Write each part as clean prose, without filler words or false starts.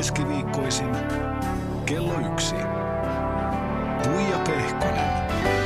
keskiviikkoisin kello 1. Tuija Pehkonen.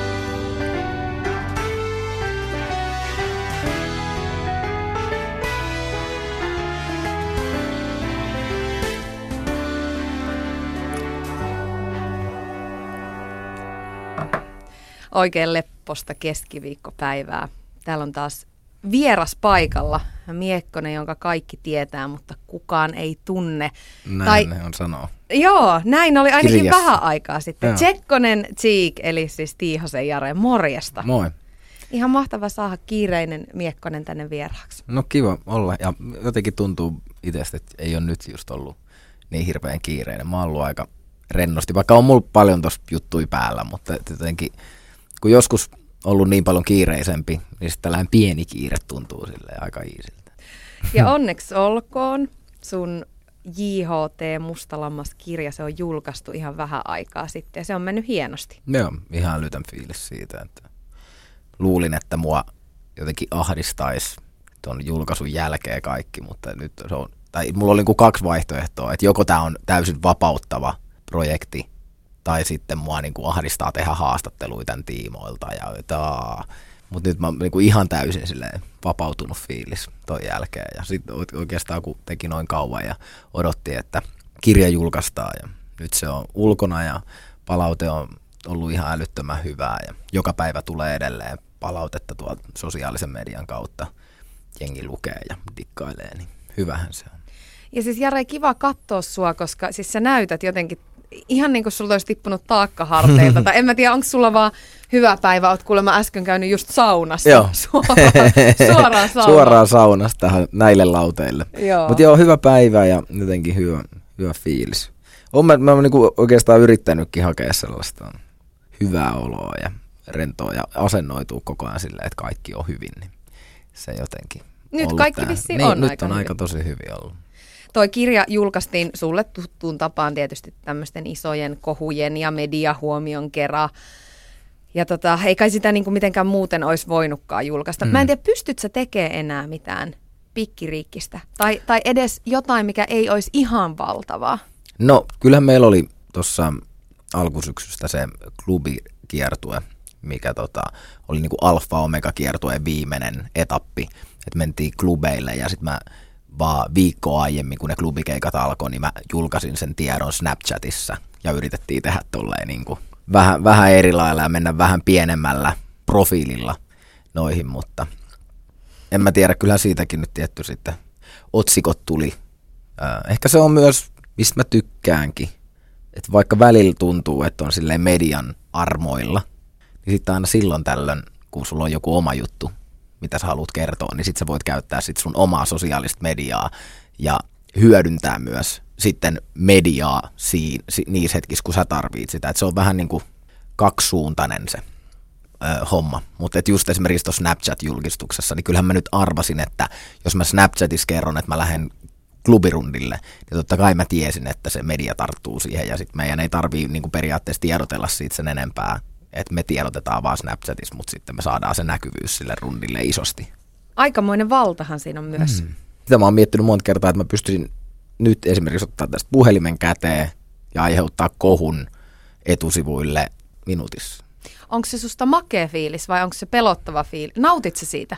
Oikein lepposta keskiviikkopäivää. Täällä on taas vieras paikalla. Miekkonen, jonka kaikki tietää, mutta kukaan ei tunne. Näin ne on sanoa. Joo, näin oli ainakin Kirjassa. vähän aikaa sitten. Joo. Tsekkonen Tsiik, eli siis Tiihosen Jare, morjesta. Moi. Ihan mahtava saada kiireinen Miekkonen tänne vieraaksi. No kiva olla. Ja jotenkin tuntuu itsestä, että ei ole nyt just ollut niin hirveän kiireinen. Mä oon ollut aika rennosti, vaikka on mulla paljon tossa juttui päällä, mutta jotenkin kun joskus ollut niin paljon kiireisempi, niin sitten tällainen pieni kiire tuntuu silleen aika iisiltä. Ja onneksi olkoon sun JHT Mustalammas-kirja, se on julkaistu ihan vähän aikaa sitten ja se on mennyt hienosti. Joo, ihan älytön fiilis siitä, että luulin, että mua jotenkin ahdistaisi tuon julkaisun jälkeen kaikki, mutta nyt se on, tai mulla oli niin kuin 2 vaihtoehtoa, että joko tämä on täysin vapauttava projekti, tai sitten mua niin kuin ahdistaa tehdä haastatteluja tämän tiimoilta. Mutta nyt mä oon niin kuin ihan täysin silleen vapautunut fiilis ton jälkeen. Ja sitten oikeastaan kun teki noin kauan ja odotti, että kirja julkaistaan ja nyt se on ulkona ja palaute on ollut ihan älyttömän hyvää. Ja joka päivä tulee edelleen palautetta tuolta sosiaalisen median kautta. Jengi lukee ja dikkailee, niin hyvähän se on. Ja siis Jare, kiva katsoa sua, koska siis sä näytät jotenkin ihan niin kuin sulla olisi tippunut taakkaharteilta. Tai en mä tiedä, onko sulla vaan hyvä päivä, oot kuulemma äsken käynyt just saunassa. Joo. Suoraan saunasta. Suoraan saunasta tähän näille lauteille. Mutta joo, hyvä päivä ja jotenkin hyvä fiilis. Mä oon niinku oikeastaan yrittänytkin hakea sellaista hyvää oloa ja rentoa ja asennoituu koko ajan silleen, että kaikki on hyvin. Niin se jotenkin nyt kaikki vissiin niin, on nyt aika on hyvin. aika tosi hyvin ollut. Toi kirja julkaistiin sulle tuttuun tapaan tietysti tämmöisten isojen kohujen ja mediahuomion kerran. Ja ei kai sitä niin kuin mitenkään muuten olisi voinutkaan julkaista. Mä en tiedä, pystyt sä tekemään enää mitään pikkiriikkistä? Tai edes jotain, mikä ei olisi ihan valtavaa? No, kyllähän meillä oli tuossa alkusyksystä se klubikiertue, mikä oli niinku alfa-omega-kiertueen viimeinen etappi. Että mentiin klubeille ja sitten mä vaan viikkoa aiemmin, kun ne klubikeikat alkoi, niin mä julkaisin sen tiedon Snapchatissa ja yritettiin tehdä tolleen niin kuin vähän eri lailla ja mennä vähän pienemmällä profiililla noihin, mutta en mä tiedä, kyllä siitäkin nyt tietty sitten otsikot tuli. Ehkä se on myös, mistä mä tykkäänkin, että vaikka välillä tuntuu, että on silleen median armoilla, niin sitten aina silloin tällöin, kun sulla on joku oma juttu, mitä sä haluat kertoa, niin sit sä voit käyttää sit sun omaa sosiaalista mediaa ja hyödyntää myös sitten mediaa niissä hetkissä, kun sä tarvitset sitä. Et se on vähän niin kuin kaksisuuntainen se homma. Mutta just esimerkiksi tuossa Snapchat-julkistuksessa, niin kyllähän mä nyt arvasin, että jos mä Snapchatissa kerron, että mä lähden klubirundille, niin totta kai mä tiesin, että se media tarttuu siihen ja sitten meidän ei tarvii niin kuin periaatteessa tiedotella siitä sen enempää. Että me tiedotetaan vaan Snapchatissa, mutta sitten me saadaan se näkyvyys sille rundille isosti. Aikamoinen valtahan siinä on myös. Sitä mä oon miettinyt monta kertaa, että mä pystyisin nyt esimerkiksi ottaa tästä puhelimen käteen ja aiheuttaa kohun etusivuille minuutissa. Onko se susta makea fiilis vai onko se pelottava fiilis? Nautit sä siitä?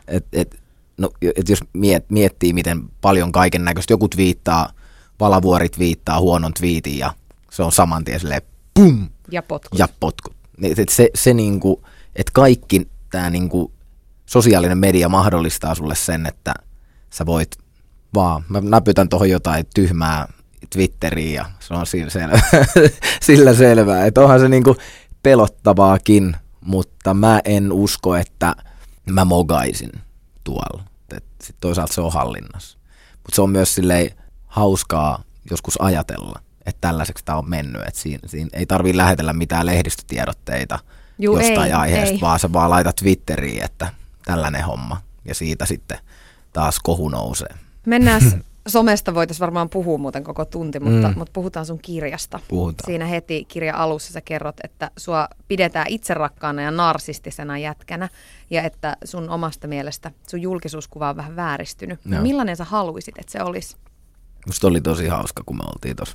Et jos miettii, miten paljon kaiken näköistä joku twiittaa, Valavuori twiittaa huonon twiitin ja se on saman tien silleen pum! Ja potkut. Se niinku, että kaikki tämä niinku sosiaalinen media mahdollistaa sulle sen, että sä voit vaan, mä näpytän tuohon jotain tyhmää Twitteriin ja se on sillä selvää. Että onhan se niinku pelottavaakin, mutta mä en usko, että mä mogaisin tuolla. Sitten toisaalta se on hallinnassa. Mutta se on myös silleen hauskaa joskus ajatella, että tällaiseksi tämä on mennyt. Että siinä ei tarvitse lähetellä mitään lehdistötiedotteita jostain aiheesta, vaan sä vaan laitat Twitteriin, että tällainen homma. Ja siitä sitten taas kohu nousee. Mennään somesta voitaisiin varmaan puhua muuten koko tunti, mutta puhutaan sun kirjasta. Puhutaan. Siinä heti kirjan alussa sä kerrot, että sua pidetään itserakkaana ja narsistisena jätkänä ja että sun omasta mielestä sun julkisuuskuva on vähän vääristynyt. No. Millainen sä haluisit, että se olisi? Musta oli tosi hauska, kun me oltiin tuossa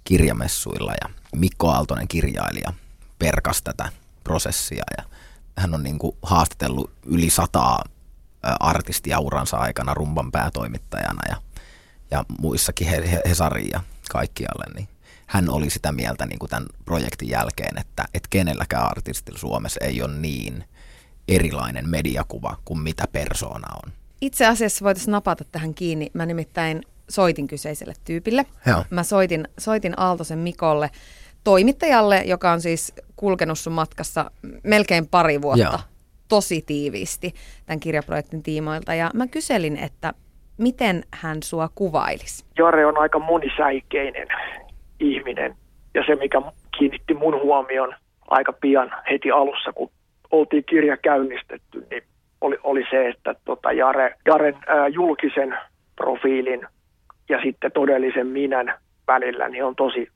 kirjamessuilla ja Mikko Aaltonen kirjailija perkas tätä prosessia ja hän on niin kuin haastatellut yli 100 artistia uransa aikana rumban päätoimittajana ja muissakin Hesariin ja kaikkialle, niin hän oli sitä mieltä niin kuin tämän projektin jälkeen, että kenelläkään artistilla Suomessa ei ole niin erilainen mediakuva kuin mitä persoona on. Itse asiassa voitaisiin napata tähän kiinni. Mä nimittäin soitin kyseiselle tyypille. Joo. Mä soitin Aaltosen Mikolle, toimittajalle, joka on siis kulkenut sun matkassa melkein pari vuotta. Joo. Tosi tiiviisti tämän kirjaprojektin tiimoilta. Ja mä kyselin, että miten hän sua kuvailisi? Jare on aika monisäikeinen ihminen. Ja se, mikä kiinnitti mun huomion aika pian heti alussa, kun oltiin kirja käynnistetty, niin oli se, että Jaren julkisen profiilin ja sitten todellisen minän välillä niin on tosi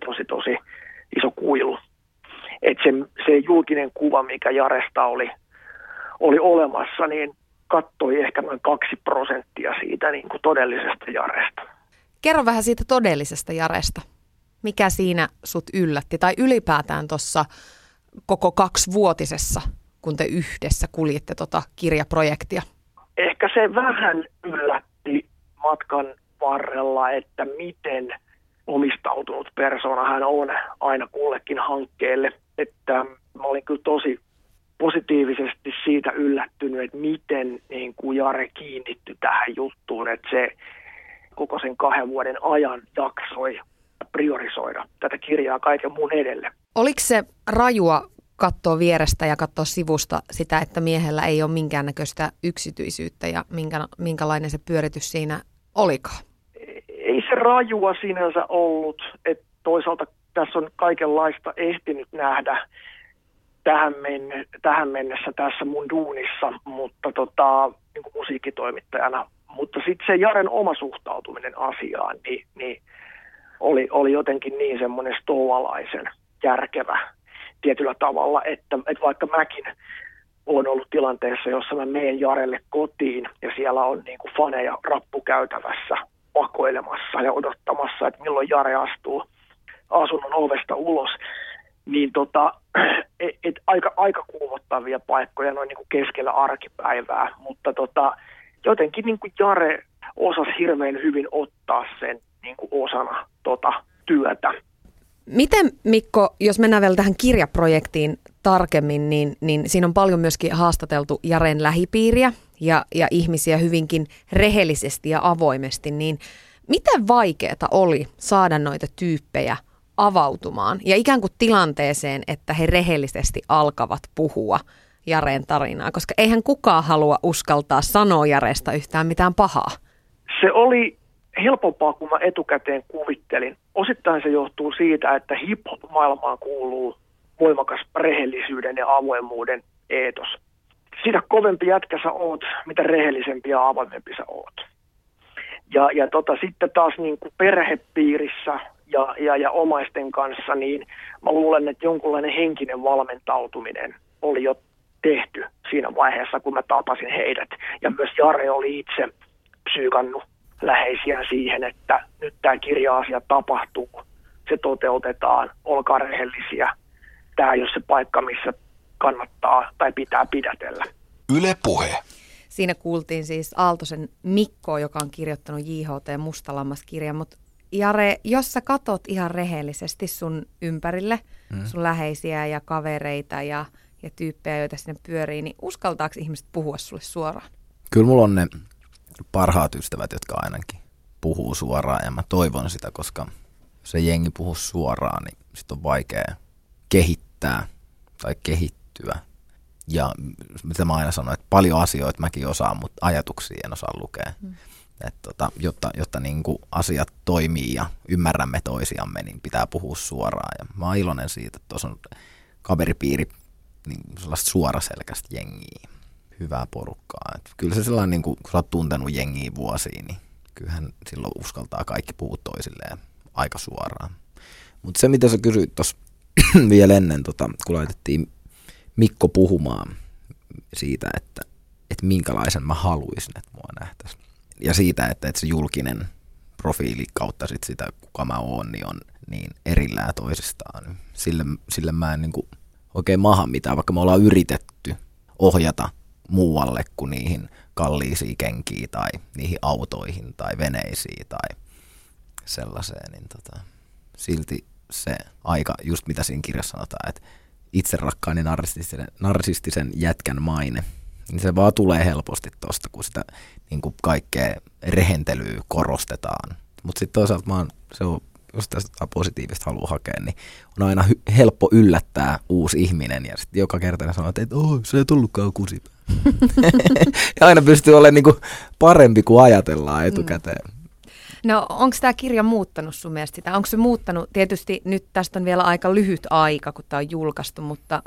iso kuilu. Että se julkinen kuva, mikä Jaresta oli olemassa, niin kattoi ehkä noin 2% siitä niin kuin todellisesta Jaresta. Kerro vähän siitä todellisesta Jaresta. Mikä siinä sut yllätti? Tai ylipäätään tuossa koko 2-vuotisessa, kun te yhdessä kuljitte kirjaprojektia? Ehkä se vähän yllätti matkan varrella, että miten omistautunut persoona hän on aina kullekin hankkeelle. Että mä olin kyllä tosi positiivisesti siitä yllättynyt, että miten niin kuin Jare kiinnittyi tähän juttuun, että se koko sen 2 vuoden ajan jaksoi priorisoida tätä kirjaa kaiken muun edelle. Oliko se rajua katsoa vierestä ja katsoa sivusta sitä, että miehellä ei ole minkäännäköistä yksityisyyttä ja minkälainen se pyöritys siinä olikaan? Ei se rajua sinänsä ollut, että toisaalta tässä on kaikenlaista ehtinyt nähdä tähän mennessä tässä mun duunissa, mutta niin kuin musiikkitoimittajana. Mutta sitten se Jaren oma suhtautuminen asiaan niin oli jotenkin niin semmoinen stoalaisen järkevä tietyllä tavalla, että vaikka mäkin olen ollut tilanteessa, jossa mä menen Jarelle kotiin ja siellä on niin kuin faneja rappukäytävässä pakoilemassa ja odottamassa, että milloin Jare astuu asunnon ovesta ulos, niin aika kuumottavia paikkoja noin niin kuin keskellä arkipäivää, mutta jotenkin niin kuin Jare osasi hirveän hyvin ottaa sen niin kuin osana työtä. Miten, Mikko, jos mennään vielä tähän kirjaprojektiin tarkemmin, niin siinä on paljon myöskin haastateltu Jaren lähipiiriä ja ihmisiä hyvinkin rehellisesti ja avoimesti, niin miten vaikeaa oli saada noita tyyppejä avautumaan ja ikään kuin tilanteeseen, että he rehellisesti alkavat puhua Jaren tarinaa, koska eihän kukaan halua uskaltaa sanoa Jaresta yhtään mitään pahaa. Se oli helpompaa kuin mä etukäteen kuvittelin. Osittain se johtuu siitä, että hip-hop-maailmaan kuuluu voimakas rehellisyyden ja avoimuuden eetos. Sitä kovempi jätkä sä oot, mitä rehellisempi ja avoimempi sä oot. Ja sitten taas niin kuin perhepiirissä ja omaisten kanssa, niin mä luulen, että jonkunlainen henkinen valmentautuminen oli jo tehty siinä vaiheessa, kun mä tapasin heidät. Ja myös Jare oli itse psyykannut läheisiä siihen, että nyt tämä kirja-asia tapahtuu, se toteutetaan, olkaa rehellisiä. Tämä ei ole se paikka, missä kannattaa tai pitää pidätellä. Yle Puhe. Siinä kuultiin siis Aaltosen Mikkoa, joka on kirjoittanut JHT Mustalammas-kirjan, mutta Jare, jos sä katot ihan rehellisesti sun ympärille, sun läheisiä ja kavereita ja tyyppejä, joita sinne pyörii, niin uskaltaako ihmiset puhua sulle suoraan? Kyllä mulla on ne parhaat ystävät, jotka ainakin puhuu suoraan ja mä toivon sitä, koska jos se jengi puhuu suoraan, niin sit on vaikea kehittää tai kehittyä. Ja mitä mä aina sanon, että paljon asioita mäkin osaan, mutta ajatuksia en osaa lukea. Jotta niin kuin asiat toimii ja ymmärrämme toisiamme, niin pitää puhua suoraan. Ja mä oon iloinen siitä, että tuossa on kaveripiiri niin sellaista suoraselkäistä jengiä. Hyvää porukkaa. Et kyllä se sellainen, niin kun sä oot tuntenut jengiä vuosia, niin kyllähän silloin uskaltaa kaikki puhua toisilleen aika suoraan. Mutta se, mitä sä kysyit tuossa vielä ennen, kun laitettiin Mikko puhumaan siitä, että minkälaisen mä haluaisin, että mua nähtäisiin. Ja siitä, että se julkinen profiili kautta sit sitä, kuka mä oon, niin on niin erillään toisistaan. Sille mä en niin kuin oikein maha mitään, vaikka me ollaan yritetty ohjata muualle kuin niihin kalliisiin kenkiin tai niihin autoihin tai veneisiin tai sellaiseen. Niin silti se aika, just mitä siinä kirjassa sanotaan, että itserakkaan ja narsistisen jätkän maine, niin se vaan tulee helposti tosta, kun sitä niin kuin kaikkea rehentelyä korostetaan. Mutta sitten toisaalta se on, jos tästä positiivista haluaa hakea, niin on aina helppo yllättää uusi ihminen ja sitten joka kerta sanoo, että se ei tullutkaan kusipää. Ja aina pystyy olemaan niin kuin parempi kuin ajatellaan etukäteen. No onko tämä kirja muuttanut sun mielestä sitä? Onko se muuttanut, tietysti nyt tästä on vielä aika lyhyt aika, kun tämä on julkaistu, mutta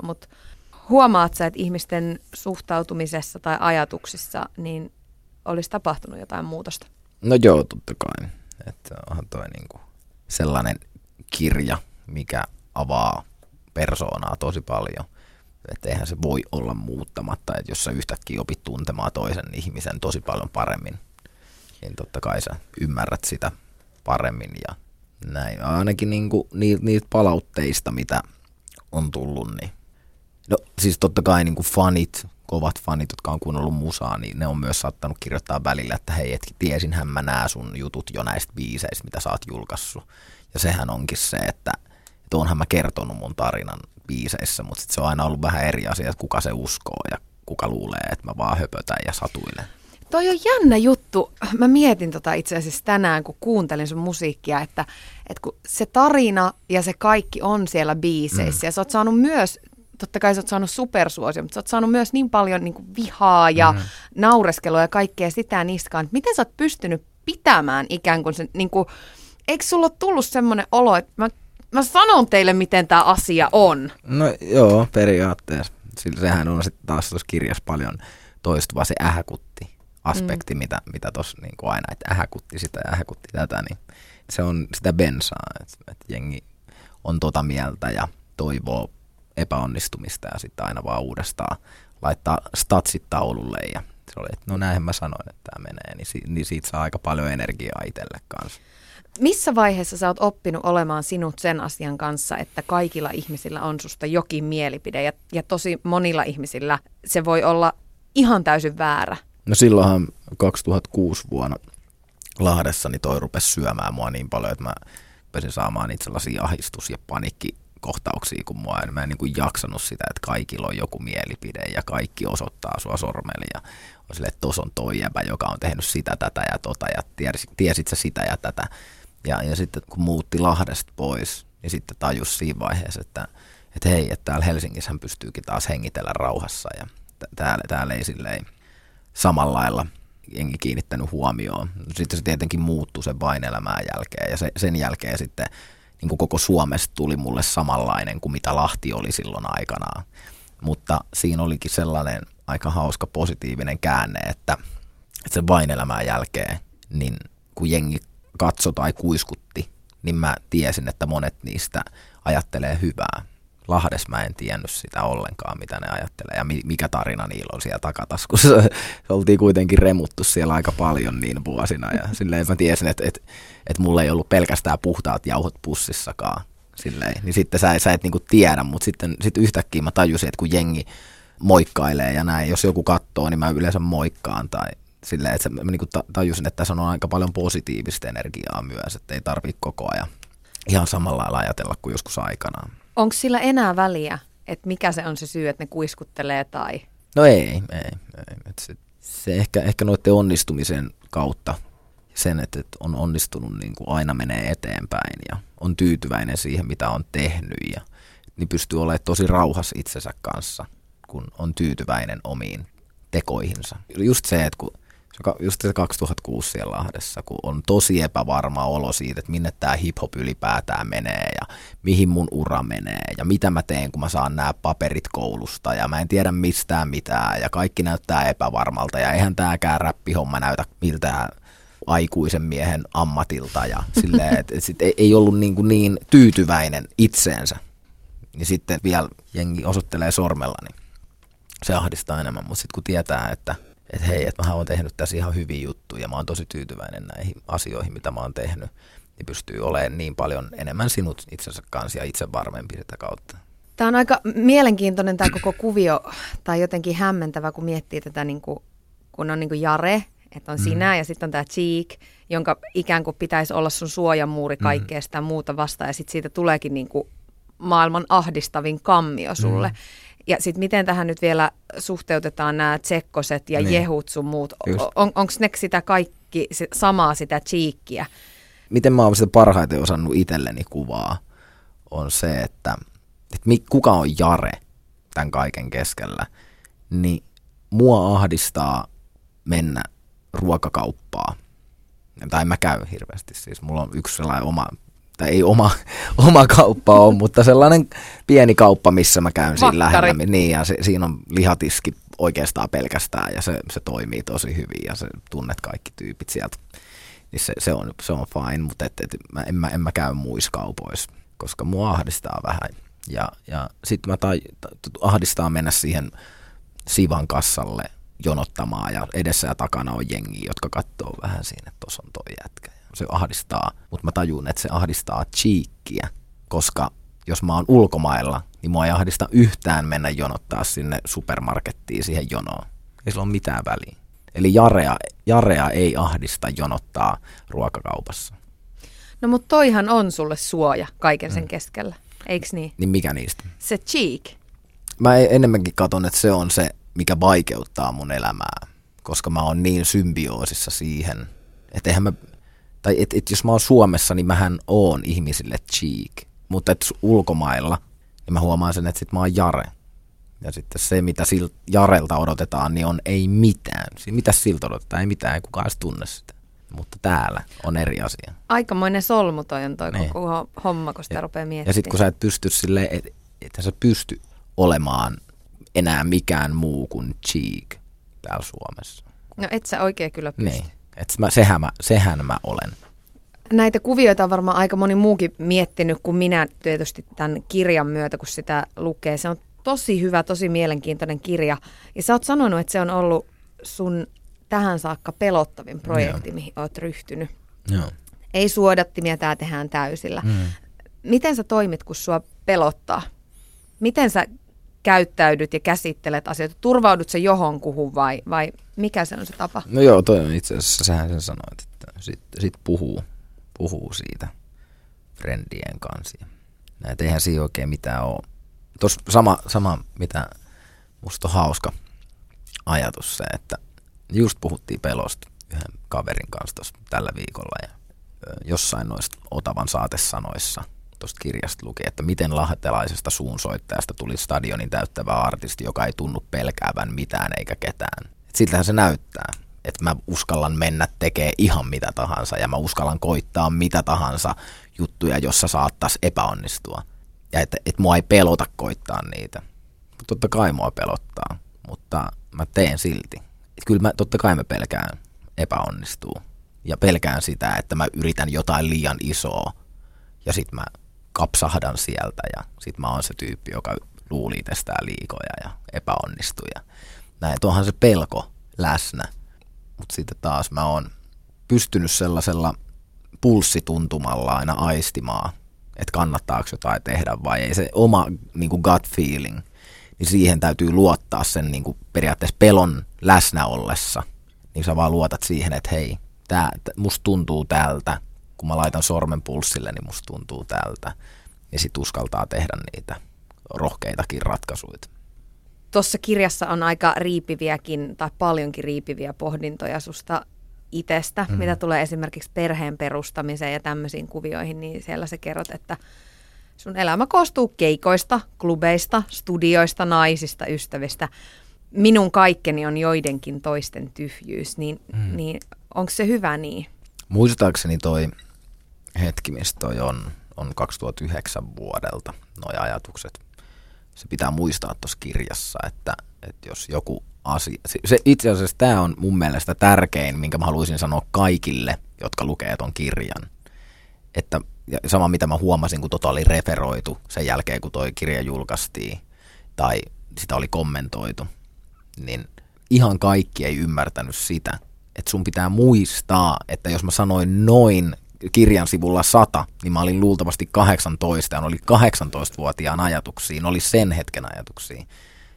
huomaat sä, että ihmisten suhtautumisessa tai ajatuksissa niin olisi tapahtunut jotain muutosta? No joo, totta kai. Että onhan toi niinku sellainen kirja, mikä avaa persoonaa tosi paljon. Että eihän se voi olla muuttamatta, että jos sä yhtäkkiä opit tuntemaan toisen ihmisen tosi paljon paremmin, niin totta kai sä ymmärrät sitä paremmin ja näin. Ainakin niinku niitä palautteista, mitä on tullut, niin no siis totta kai niinku kovat fanit, jotka on kuunnellut musaa, niin ne on myös saattanut kirjoittaa välillä, että hei, et tiesinhän mä nää sun jutut jo näistä biiseistä, mitä sä oot julkaissut. Ja sehän onkin se, että oonhan mä kertonut mun tarinan biiseissä, mutta sit se on aina ollut vähän eri asia, että kuka se uskoo ja kuka luulee, että mä vaan höpötän ja satuilen. Toi on jännä juttu. Mä mietin itse asiassa tänään, kun kuuntelin sun musiikkia, että kun se tarina ja se kaikki on siellä biiseissä ja sä oot saanut myös, totta kai sä oot saanut supersuosio, mutta sä oot saanut myös niin paljon niin kuin vihaa ja naureskelua ja kaikkea sitä niskaan. Miten sä oot pystynyt pitämään ikään kuin se, niin kuin, eikö sulla ole tullut semmoinen olo, että mä sanon teille, miten tämä asia on? No joo, periaatteessa. Sehän on sitten taas tuossa kirjassa paljon toistuva se ähäkutti-aspekti, mitä tuossa niin kuin aina, että ähäkutti sitä ja ähäkutti tätä, niin se on sitä bensaa, että jengi on mieltä ja toivoo epäonnistumista ja sitten aina vaan uudestaan laittaa statsit taululle ja se oli, että no näinhän mä sanoin, että tämä menee, niin siitä saa aika paljon energiaa itselle kanssa. Missä vaiheessa sä oot oppinut olemaan sinut sen asian kanssa, että kaikilla ihmisillä on susta jokin mielipide ja tosi monilla ihmisillä se voi olla ihan täysin väärä? No silloinhan 2006 vuonna Lahdessa niin toi rupesi syömään mua niin paljon, että mä rupesin saamaan niitä sellaisia ahdistus- ja paniikkikohtauksia kuin mua. Mä en niin kuin jaksanut sitä, että kaikilla on joku mielipide ja kaikki osoittaa sua sormella ja on silleen, että tos on toi jäbä, joka on tehnyt sitä, tätä ja tota ja tiesit sä sitä ja tätä. Ja sitten kun muutti Lahdesta pois, niin sitten tajus siinä vaiheessa, että hei, että täällä Helsingissä hän pystyykin taas hengitellä rauhassa ja täällä ei silleen samalla lailla jengi kiinnittänyt huomioon. Sitten se tietenkin muuttui sen Vain-elämään jälkeen ja sen jälkeen sitten niin kuin koko Suomesta tuli mulle samanlainen kuin mitä Lahti oli silloin aikanaan. Mutta siinä olikin sellainen aika hauska positiivinen käänne, että sen Vain-elämään jälkeen, niin kun jengi katsoi tai kuiskutti, niin mä tiesin, että monet niistä ajattelee hyvää. Lahdessa mä en tiennyt sitä ollenkaan, mitä ne ajattelee ja mikä tarina niillä on siellä takataskussa. Oltiin kuitenkin remuttu siellä aika paljon niin vuosina ja silleen mä tiesin, että mulla ei ollut pelkästään puhtaat jauhot pussissakaan. Silleen. Niin sitten sä et niinku tiedä, mutta sitten yhtäkkiä mä tajusin, että kun jengi moikkailee ja näin, jos joku katsoo, niin mä yleensä moikkaan tai silleen, että mä niinku tajusin, että tässä on aika paljon positiivista energiaa myös, että ei tarvitse koko ajan ihan samalla lailla ajatella kuin joskus aikanaan. Onko sillä enää väliä, että mikä se on se syy, että ne kuiskuttelee tai? No ei. Se ehkä noiden onnistumisen kautta sen, että on onnistunut niin kuin aina menee eteenpäin ja on tyytyväinen siihen, mitä on tehnyt ja niin pystyy olemaan tosi rauhassa itsensä kanssa, kun on tyytyväinen omiin tekoihinsa. Just se, että just se 2006 siellä Lahdessa, kun on tosi epävarma olo siitä, että minne tämä hip-hop ylipäätään menee ja mihin mun ura menee ja mitä mä teen, kun mä saan nämä paperit koulusta ja mä en tiedä mistään mitään ja kaikki näyttää epävarmalta ja eihän tääkään räppihomma näytä miltään aikuisen miehen ammatilta ja silleen, että sit ei ollut niin tyytyväinen itseensä. Ja sitten vielä jengi osoittelee sormella, niin se ahdistaa enemmän, mutta sitten kun tietää, että että hei, että mä oon tehnyt tässä ihan hyviä juttuja ja mä oon tosi tyytyväinen näihin asioihin, mitä mä oon tehnyt. Niin pystyy olemaan niin paljon enemmän sinut itsensä kanssa ja itse varmempi sitä kautta. Tämä on aika mielenkiintoinen tämä koko kuvio, tai jotenkin hämmentävä, kun miettii tätä, niin kuin, kun on niin kuin Jare, että on sinä ja sitten on tämä Cheek, jonka ikään kuin pitäisi olla sun suojamuuri kaikkea sitä muuta vastaan, ja sitten siitä tuleekin niin kuin maailman ahdistavin kammio sulle. Ja sitten miten tähän nyt vielä suhteutetaan nämä tsekkoset ja jehut sun muut? Onko ne sitä kaikki samaa sitä Cheekkiä? Miten mä oon sitä parhaiten osannut itselleni kuvaa, on se, että kuka on Jare tämän kaiken keskellä, niin mua ahdistaa mennä ruokakauppaan. Tai mä käyn hirveästi, siis mulla on yksi sellainen oma, tai ei oma kauppa ole, mutta sellainen pieni kauppa, missä mä käyn siinä lähellä. Niin, ja siinä on lihatiski oikeastaan pelkästään, ja se toimii tosi hyvin, ja se tunnet kaikki tyypit sieltä. Niin se on fine, mutta en mä käy muissa kaupoissa, koska mua ahdistaa vähän. Ja sitten mä ahdistaa mennä siihen Sivan kassalle jonottamaan ja edessä ja takana on jengi, jotka katsoo vähän siinä, että tuossa on toi jätkä. Se ahdistaa, mutta mä tajun, että se ahdistaa Cheekkiä, koska jos mä oon ulkomailla, niin mua ei ahdista yhtään mennä jonottaa sinne supermarkettiin siihen jonoon. Ei sillä ole mitään väliä. Eli Jarea ei ahdista jonottaa ruokakaupassa. No mutta toihan on sulle suoja kaiken sen keskellä, eiks niin? Niin mikä niistä? Se Cheek. Mä enemmänkin katson, että se on se, mikä vaikeuttaa mun elämää, koska mä oon niin symbioosissa siihen, että et jos mä oon Suomessa, niin mähän oon ihmisille Cheek, mutta et ulkomailla, niin mä huomaan sen, että sit mä oon Jare. Ja sitten se, mitä Jarelta odotetaan, niin on ei mitään. Mitä siltä odotetaan? Ei mitään, ei kukaan edes tunne sitä. Mutta täällä on eri asia. Aikamoinen solmu toi on toi koko homma, kun sitä rupeaa miettimään. Ja sitten kun sä et pysty silleen, että sä pysty olemaan enää mikään muu kuin Cheek täällä Suomessa. No et sä oikein kyllä pysty. Niin, sehän mä olen. Näitä kuvioita on varmaan aika moni muukin miettinyt kuin minä tietysti tämän kirjan myötä, kun sitä lukee. Se on tosi hyvä, tosi mielenkiintoinen kirja. Ja sä oot sanonut, että se on ollut sun tähän saakka pelottavin projekti, mihin oot ryhtynyt. Joo. Ei suodattimia, tää tehdään täysillä. Miten sä toimit, kun sua pelottaa? Miten sä käyttäydyt ja käsittelet asioita? Turvaudut sä johonkuhun vai mikä se on se tapa? No joo, toi on itse asiassa, sähän sen sanoit, että sit puhuu siitä friendien kanssa. Näitä eihän siinä oikein mitään ole. Tuossa sama, mitä musta on hauska ajatus se, että just puhuttiin pelosta yhden kaverin kanssa tuossa tällä viikolla ja jossain noista Otavan saatesanoissa tuosta kirjasta luki, että miten lahtelaisesta suunsoittajasta tuli stadionin täyttävä artisti, joka ei tunnu pelkäävän mitään eikä ketään. Et siltähän se näyttää, että mä uskallan mennä tekemään ihan mitä tahansa ja mä uskallan koittaa mitä tahansa juttuja, jossa saattaisi epäonnistua. Ja että mua ei pelota koittaa niitä. Totta kai mua pelottaa, mutta mä teen silti. Kyllä totta kai mä pelkään epäonnistuu. Ja pelkään sitä, että mä yritän jotain liian isoa ja sit mä kapsahdan sieltä ja sit mä oon se tyyppi, joka luuli itsestään liikoja ja epäonnistuu. Ja näin, onhan se pelko läsnä. Mutta sitten taas mä oon pystynyt sellaisella pulssituntumalla aina aistimaan, että kannattaako jotain tehdä vai ei. Se oma niin kuin gut feeling, niin siihen täytyy luottaa sen niin kuin periaatteessa pelon läsnä ollessa. Niin sä vaan luotat siihen, että hei, musta tuntuu tältä. Kun mä laitan sormen pulssille, niin musta tuntuu tältä. Ja sit uskaltaa tehdä niitä rohkeitakin ratkaisuja. Tuossa kirjassa on aika riipiviäkin tai paljonkin riipiviä pohdintoja susta itsestä, mitä tulee esimerkiksi perheen perustamiseen ja tämmöisiin kuvioihin, niin siellä sä kerrot, että sun elämä koostuu keikoista, klubeista, studioista, naisista, ystävistä. Minun kaikkeni on joidenkin toisten tyhjyys, niin onko se hyvä niin? Muistaakseni toi hetki, mistä toi on 2009 vuodelta, noi ajatukset. Se pitää muistaa tuossa kirjassa, että jos joku asia... Itse asiassa tämä on mun mielestä tärkein, minkä mä haluaisin sanoa kaikille, jotka lukee ton kirjan. Että sama mitä mä huomasin, kun oli referoitu sen jälkeen, kun toi kirja julkaistiin, tai sitä oli kommentoitu, niin ihan kaikki ei ymmärtänyt sitä, että sun pitää muistaa, että jos mä sanoin noin kirjan sivulla 100, niin mä olin luultavasti 18 ja oli 18-vuotiaan ajatuksia, ne oli sen hetken ajatuksia.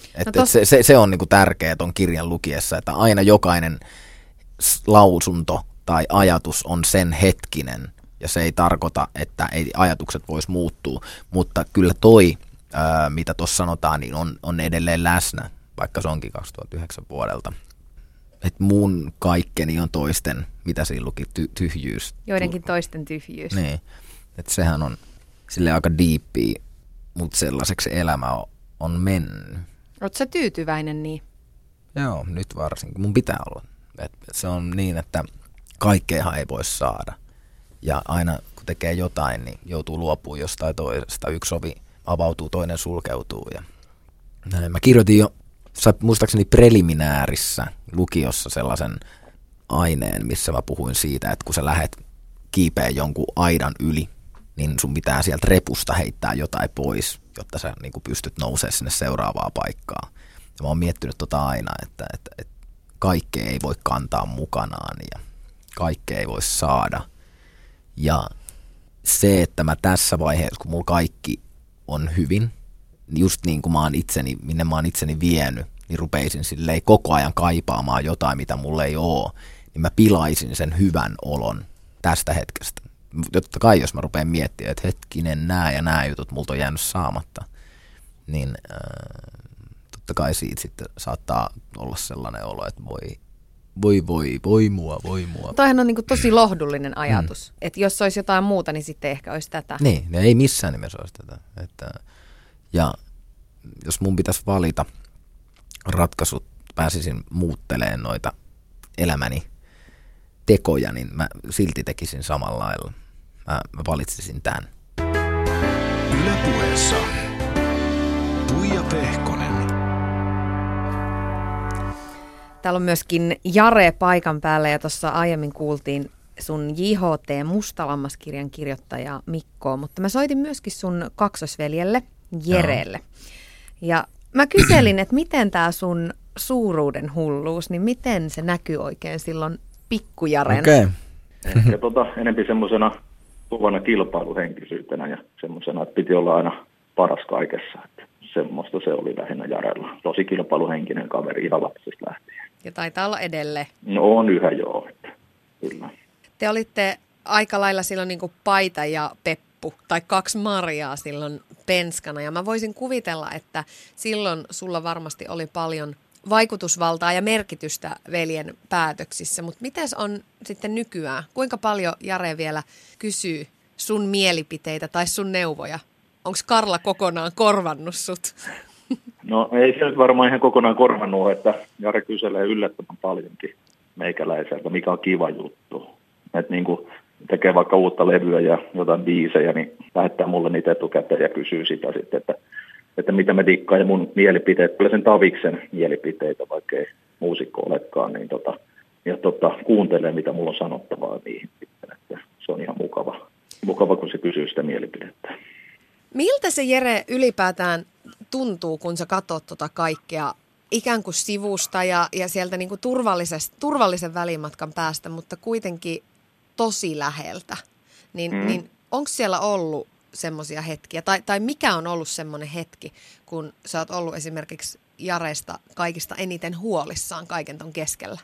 Se on niinku tärkeää ton kirjan lukiessa, että aina jokainen lausunto tai ajatus on sen hetkinen, ja se ei tarkoita, että ei ajatukset vois muuttua, mutta kyllä toi, mitä tuossa sanotaan, niin on edelleen läsnä, vaikka se onkin 2009 vuodelta. Että mun kaikkeni on toisten, mitä siinä luki, tyhjyys. Joidenkin toisten tyhjyys. Niin, että sehän on sille aika diippiä, mutta sellaiseksi elämä on mennyt. Ootko sä tyytyväinen niin? Joo, nyt varsinkin. Mun pitää olla. Se on niin, että kaikkeahan ei voi saada. Ja aina kun tekee jotain, niin joutuu luopumaan jostain toisesta. Yksi ovi avautuu, toinen sulkeutuu. Ja näin. Mä kirjoitin jo, muistaakseni preliminäärissä lukiossa sellaisen aineen, missä mä puhuin siitä, että kun sä lähet kiipeä jonkun aidan yli, niin sun pitää sieltä repusta heittää jotain pois, jotta sä niin kuin pystyt nousemaan sinne seuraavaan paikkaan. Ja mä oon miettinyt aina, että kaikkea ei voi kantaa mukanaan ja kaikkea ei voi saada. Ja se, että mä tässä vaiheessa, kun mulla kaikki on hyvin, just niin kuin minne mä oon itseni vienyt, niin rupeisin silleen koko ajan kaipaamaan jotain, mitä mulla ei oo, niin mä pilaisin sen hyvän olon tästä hetkestä. Totta kai, jos mä rupean miettimään, että hetkinen, nämä jutut multa on jäänyt saamatta, niin totta kai siitä sitten saattaa olla sellainen olo, että voi mua. Toihan on niin kuin tosi lohdullinen ajatus, että jos olisi jotain muuta, niin sitten ehkä olisi tätä. Niin, ei missään nimessä olisi tätä. Ja jos mun pitäisi valita ratkaisut, pääsisin muuttelemaan noita elämäni tekoja, niin mä silti tekisin samalla lailla. Mä valitsisin tämän. Yle Puheessa Tuija Pehkonen. Täällä on myöskin Jare paikan päällä ja tuossa aiemmin kuultiin sun J.H.T. Mustalammas-kirjan kirjoittaja Mikkoa, mutta mä soitin myöskin sun kaksosveljelle Jereelle. Ja mä kyselin, että miten tää sun suuruuden hulluus, niin miten se näkyy oikein silloin pikkujaren? Okei. Ehkä enemmän semmoisena kuvana kilpailuhenkisyytenä ja semmoisena, että piti olla aina paras kaikessa. Että semmoista se oli lähinnä Jarella. Tosi kilpailuhenkinen kaveri ihan lapsesta lähtien. Ja taitaa olla edelleen. No on yhä joo, että kyllä. Te olitte aika lailla silloin niin kuin Paita ja Peppu, tai kaksi Mariaa silloin penskana. Ja mä voisin kuvitella, että silloin sulla varmasti oli paljon vaikutusvaltaa ja merkitystä veljen päätöksissä. Mutta miten on sitten nykyään? Kuinka paljon Jare vielä kysyy sun mielipiteitä tai sun neuvoja? Onko Karla kokonaan korvannut sut? No ei se nyt varmaan ihan kokonaan korvannut, että Jare kyselee yllättävän paljonkin meikäläiseltä, mikä on kiva juttu. Että niin kuin tekee vaikka uutta levyä ja jotain biisejä, niin lähettää mulle niitä etukäteen ja kysyy sitä sitten, että mitä mä dikkaan ja mun mielipiteet, kyllä sen Taviksen mielipiteitä, vaikka ei muusikko olekaan, niin kuuntelee mitä mulla on sanottavaa niihin sitten, että se on ihan mukava kun se kysyy sitä mielipidettä. Miltä se Jere ylipäätään tuntuu, kun sä katsot kaikkea ikään kuin sivusta ja sieltä niin kuin turvallisen välimatkan päästä, mutta kuitenkin tosi läheltä, niin onko siellä ollut semmoisia hetkiä, tai mikä on ollut semmoinen hetki, kun sä oot ollut esimerkiksi Jaresta kaikista eniten huolissaan kaiken ton keskellä?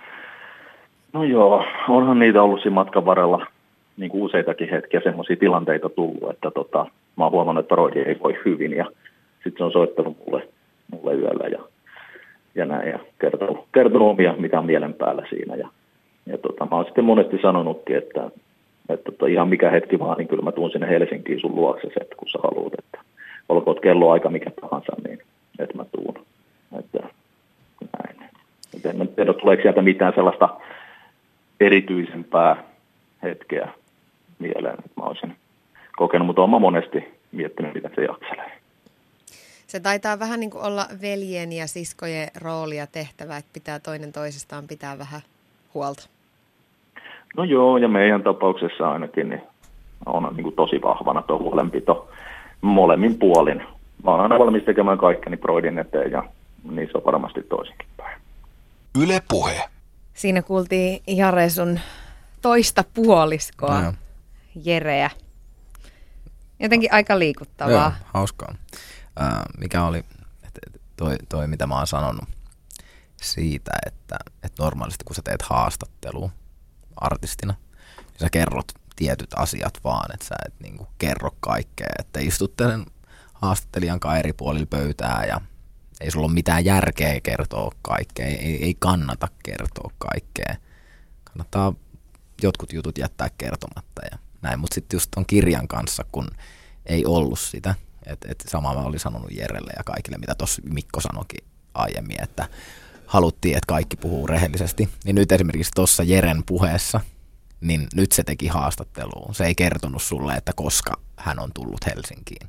No joo, onhan niitä ollut siinä matkan varrella niin kuin useitakin hetkiä semmoisia tilanteita tullut, että mä oon huomannut, että Roidi ei voi hyvin ja sitten se on soittanut mulle yöllä ja näin ja kertonut omia, mitä on mielen päällä siinä ja mä oon sitten monesti sanonutkin, että ihan mikä hetki vaan, niin kyllä mä tuun sinne Helsinkiin sun luoksesi, että kun sä haluat, että olkoon kello aika mikä tahansa, niin että mä tuun. Että näin. Et en tiedä, tuleeko sieltä mitään sellaista erityisempää hetkeä mieleen, että mä olisin kokenut, mutta oon mä monesti miettinyt, miten se jakselee. Se taitaa vähän niin kuin olla veljen ja siskojen rooli ja tehtävä, että pitää toinen toisestaan pitää vähän huolta. No joo, ja meidän tapauksessa ainakin niin on niin kuin tosi vahvana tuo huolenpito molemmin puolin. Mä oon aina valmis tekemään kaikkeni Broidin eteen ja niin se on varmasti toisinkin päin. Yle Puhe. Siinä kuultiin Jare sun toista puoliskoa, No. Jereä. Jotenkin aika liikuttavaa. Joo, hauskaa. Mikä oli toi, mitä mä oon sanonut siitä, että normaalisti kun sä teet haastattelua artistina, niin sä kerrot tietyt asiat vaan, että sä et niinku kerro kaikkea, että istuttelen haastattelijan kanssa eri puolilla pöytää ja ei sulla ole mitään järkeä kertoa kaikkea, ei kannata kertoa kaikkea. Kannattaa jotkut jutut jättää kertomatta ja näin, mutta sitten just ton kirjan kanssa, kun ei ollut sitä, että samaa mä olin sanonut Jerelle ja kaikille, mitä tuossa Mikko sanoikin aiemmin, että haluttiin, että kaikki puhuu rehellisesti, niin nyt esimerkiksi tuossa Jeren puheessa, niin nyt se teki haastatteluun. Se ei kertonut sulle, että koska hän on tullut Helsinkiin.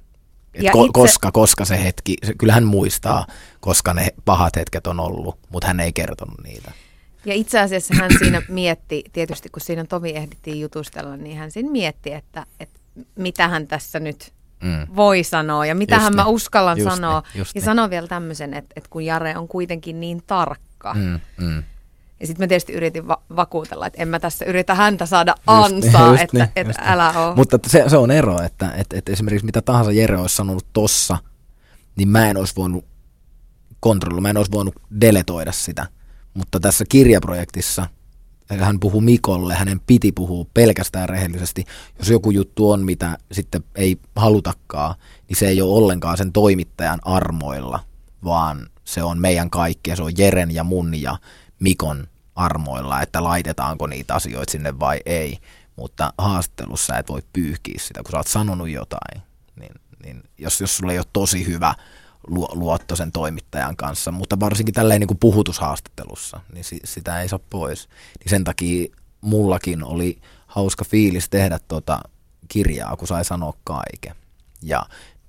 Koska se hetki, kyllä hän muistaa, koska ne pahat hetket on ollut, mutta hän ei kertonut niitä. Ja itse asiassa hän siinä mietti, tietysti kun siinä Tomi ehdittiin jutustella, niin hän siinä mietti, että mitä hän tässä nyt voi sanoa ja mitä hän mä uskallan sanoa. Ja sanoo vielä tämmöisen, että kun Jare on kuitenkin niin tarkka. Ja sitten mä tietysti yritin vakuutella, että en mä tässä yritä häntä saada ansaa, että älä oo. Mutta se on ero, että esimerkiksi mitä tahansa Jere olisi sanonut tossa, niin mä en olisi voinut kontrolloida, mä en olisi voinut deletoida sitä. Mutta tässä kirjaprojektissa hän puhuu Mikolle, hänen piti puhua pelkästään rehellisesti. Jos joku juttu on, mitä sitten ei halutakaan, niin se ei ole ollenkaan sen toimittajan armoilla, vaan se on meidän kaikki, se on Jeren ja mun ja Mikon armoilla, että laitetaanko niitä asioita sinne vai ei. Mutta haastattelussa et voi pyyhkiä sitä, kun sä oot sanonut jotain. Niin jos sulla ei ole tosi hyvä luotto sen toimittajan kanssa, mutta varsinkin tälleen niin kuin puhutushaastattelussa, niin sitä ei saa pois. Niin sen takia mullakin oli hauska fiilis tehdä tuota kirjaa, kun sai sanoa kaiken. Ja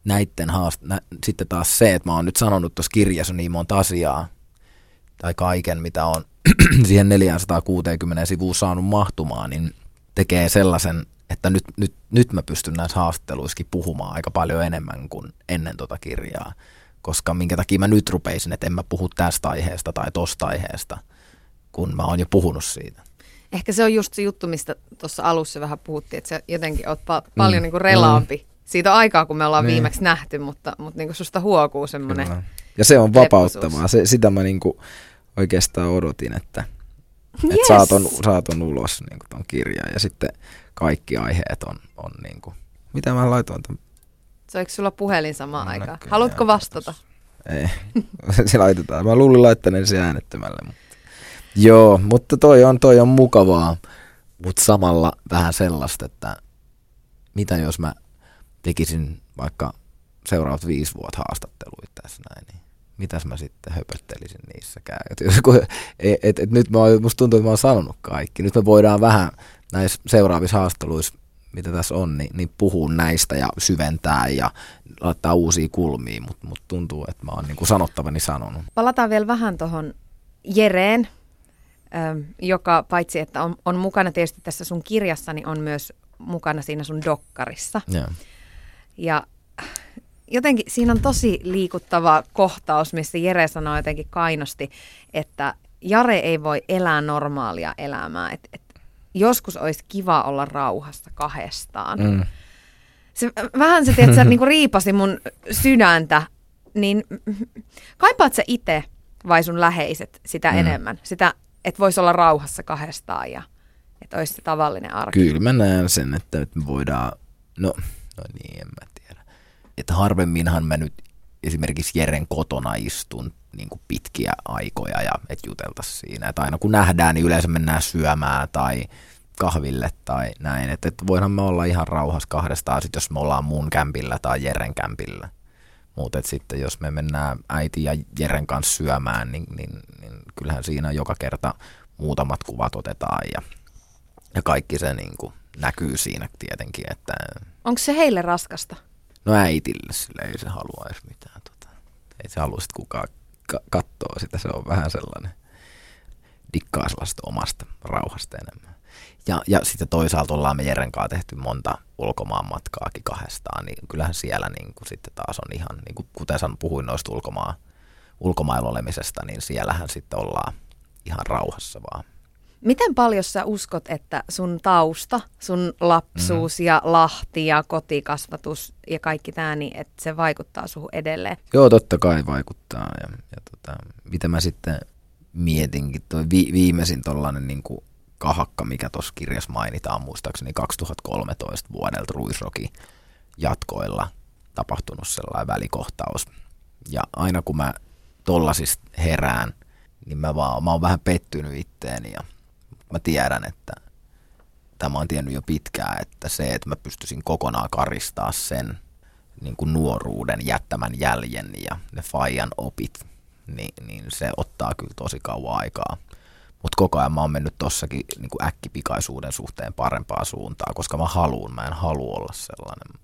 sitten taas se, että mä oon nyt sanonut tuossa kirjassa niin monta asiaa, tai kaiken, mitä on siihen 460 sivuun saanut mahtumaan, niin tekee sellaisen, että nyt mä pystyn näissä haastatteluissakin puhumaan aika paljon enemmän kuin ennen tuota kirjaa. Koska minkä takia mä nyt rupeisin, että en mä puhu tästä aiheesta tai tosta aiheesta, kun mä oon jo puhunut siitä. Ehkä se on just se juttu, mistä tuossa alussa vähän puhuttiin, että sä jotenkin oot paljon niinku relaampi. Siitä on aikaa, kun me ollaan viimeksi nähty, mutta niinku susta huokuu semmoinen. Kyllä. Ja se on vapauttavaa. Sitä mä niinku oikeastaan odotin, että saat on ulos niinku ton kirjan ja sitten kaikki aiheet on niinku. Mitä mä laitoin ton? Soiko sulla puhelin samaan aikaan? Haluatko vastata? Ei, se laitetaan. Mä luulin laittaneen se äänettömälle. Joo, mutta toi on mukavaa, mutta samalla vähän sellaista, että mitä jos mä tekisin vaikka seuraavat 5 vuotta haastatteluita tässä näin, niin mitäs mä sitten höpöttelisin niissäkään. Nyt musta tuntuu, että mä oon sanonut kaikki. Nyt me voidaan vähän näissä seuraavissa haastatteluissa, mitä tässä on, niin puhuu näistä ja syventää ja laittaa uusia kulmia, mutta tuntuu, että mä oon niin kuin sanottavani sanonut. Palataan vielä vähän tuohon Jereen, joka paitsi, että on mukana tietysti tässä sun kirjassa, niin on myös mukana siinä sun dokkarissa. Yeah. Ja jotenkin siinä on tosi liikuttava kohtaus, missä Jere sanoo jotenkin kainosti, että Jare ei voi elää normaalia elämää, että joskus olisi kiva olla rauhassa kahdestaan. Se, vähän se, tiedätkö, niin kuin riipasi mun sydäntä, niin kaipaat sä itse vai sun läheiset sitä enemmän? Sitä, että voisi olla rauhassa kahdestaan ja että olisi se tavallinen arki. Kyllä mä näen sen, että me voidaan, no niin, en mä tiedä. Että harvemminhan mä nyt esimerkiksi Jeren kotona istun niin kuin pitkiä aikoja ja et juteltaisiin siinä. Että aina kun nähdään, niin yleensä mennään syömään tai kahville tai näin. Että voidaan me olla ihan rauhassa kahdestaan, sit jos me ollaan mun kämpillä tai Jeren kämpillä. Mutta sitten jos me mennään äiti ja Jeren kanssa syömään, niin kyllähän siinä joka kerta muutamat kuvat otetaan ja kaikki se niin kuin näkyy siinä tietenkin. Että onko se heille raskasta? No äitille sille ei se halua edes mitään. Ei se halua sitten kukaan kattoo sitä, se on vähän sellainen dikkaa sellaista omasta rauhasta enemmän. Ja sitten toisaalta ollaan me Jeren kanssa tehty monta ulkomaan matkaakin kahdestaan, niin kyllähän siellä niin kuin sitten taas on ihan, niin kuin kuten puhuin noista ulkomailla olemisesta, niin siellähän sitten ollaan ihan rauhassa vaan. Miten paljon sä uskot, että sun tausta, sun lapsuus ja Lahti ja kotikasvatus ja kaikki tämä, niin että se vaikuttaa suhun edelleen? Joo, totta kai vaikuttaa. Mitä mä sitten mietinkin, toi viimeisin tollainen niin kuin kahakka, mikä tuossa kirjassa mainitaan, muistaakseni 2013 vuodelta Ruisrokin jatkoilla tapahtunut sellainen välikohtaus. Ja aina kun mä tollasista herään, niin mä oon vähän pettynyt itteeni ja mä tiedän, että tämä on tiennyt jo pitkään, että se, että mä pystyisin kokonaan karistaa sen niin kuin nuoruuden jättämän jäljen ja ne faijan opit, niin se ottaa kyllä tosi kauan aikaa. Mutta koko ajan mä oon mennyt tossakin niin kuin äkkipikaisuuden suhteen parempaa suuntaa, koska mä en halua olla sellainen,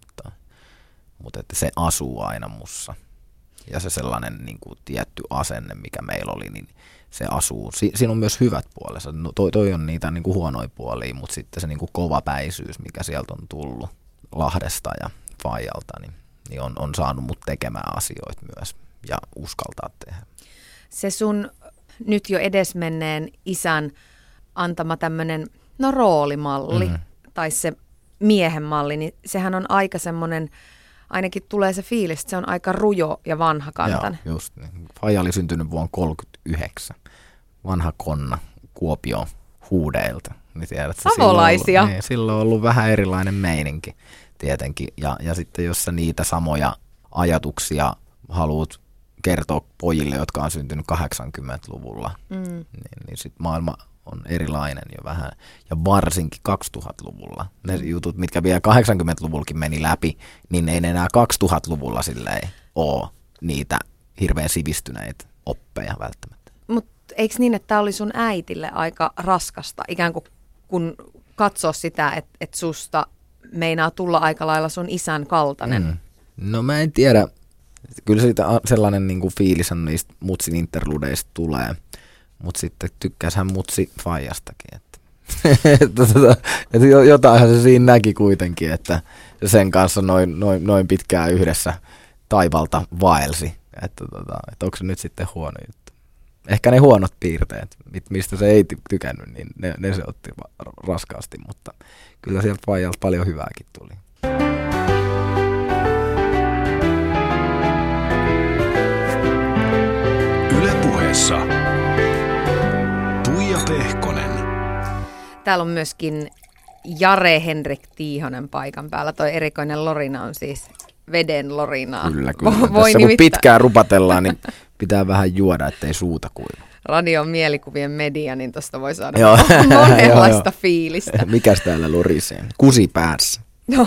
mutta että se asuu aina mussa. Ja se sellainen niin kuin tietty asenne, mikä meillä oli, niin se asuu. Siinä on myös hyvät puolensa. No, toi on niitä niin kuin huonoja puolia, mutta sitten se niin kuin kovapäisyys, mikä sieltä on tullut Lahdesta ja faijalta, niin on saanut mut tekemään asioita myös ja uskaltaa tehdä. Se sun nyt jo edesmenneen isän antama tämmöinen roolimalli tai se miehen malli, niin sehän on aika semmoinen, ainakin tulee se fiilis, että se on aika rujo ja vanhakantainen. Joo, just niin. Faija oli syntynyt vuonna 1939. Vanha konna Kuopion huudeilta. Niin tiedät, Savolaisia. Silloin on ollut vähän erilainen meininki tietenkin. Ja sitten jos sä niitä samoja ajatuksia haluat kertoa pojille, jotka on syntynyt 80-luvulla, niin sitten maailma on erilainen jo vähän. Ja varsinkin 2000-luvulla. Ne jutut, mitkä vielä 80-luvullakin meni läpi, niin ei enää 2000-luvulla silleen ole niitä hirveän sivistyneitä oppeja välttämättä. Mutta eikö niin, että tämä oli sun äitille aika raskasta, ikään kuin kun katsoo sitä, että susta meinaa tulla aika lailla sun isän kaltainen? No mä en tiedä. Kyllä siitä sellainen niin kuin fiilis niistä mutsin interludeista tulee. Mutta sitten tykkäishän mutsi faijastakin, että jotainhan se siinä näki kuitenkin, että sen kanssa noin pitkään yhdessä taivalta vaelsi, että onko se nyt sitten huono juttu. Ehkä ne huonot piirteet, mistä se ei tykännyt, niin ne se otti raskaasti, mutta kyllä sieltä faijalta paljon hyvääkin tuli. Yle Puheessa Tuija Pehkonen. Täällä on myöskin Jare Henrik Tiihonen paikan päällä. Toi erikoinen lorina on siis veden lorinaa. Kyllä. Tässä kun pitkään rupatellaan, niin pitää vähän juoda, ettei suuta kuiva. Radion mielikuvien media, niin tuosta voi saada monenlaista fiilistä. Mikäs täällä lorisee? Kusi päässä. No,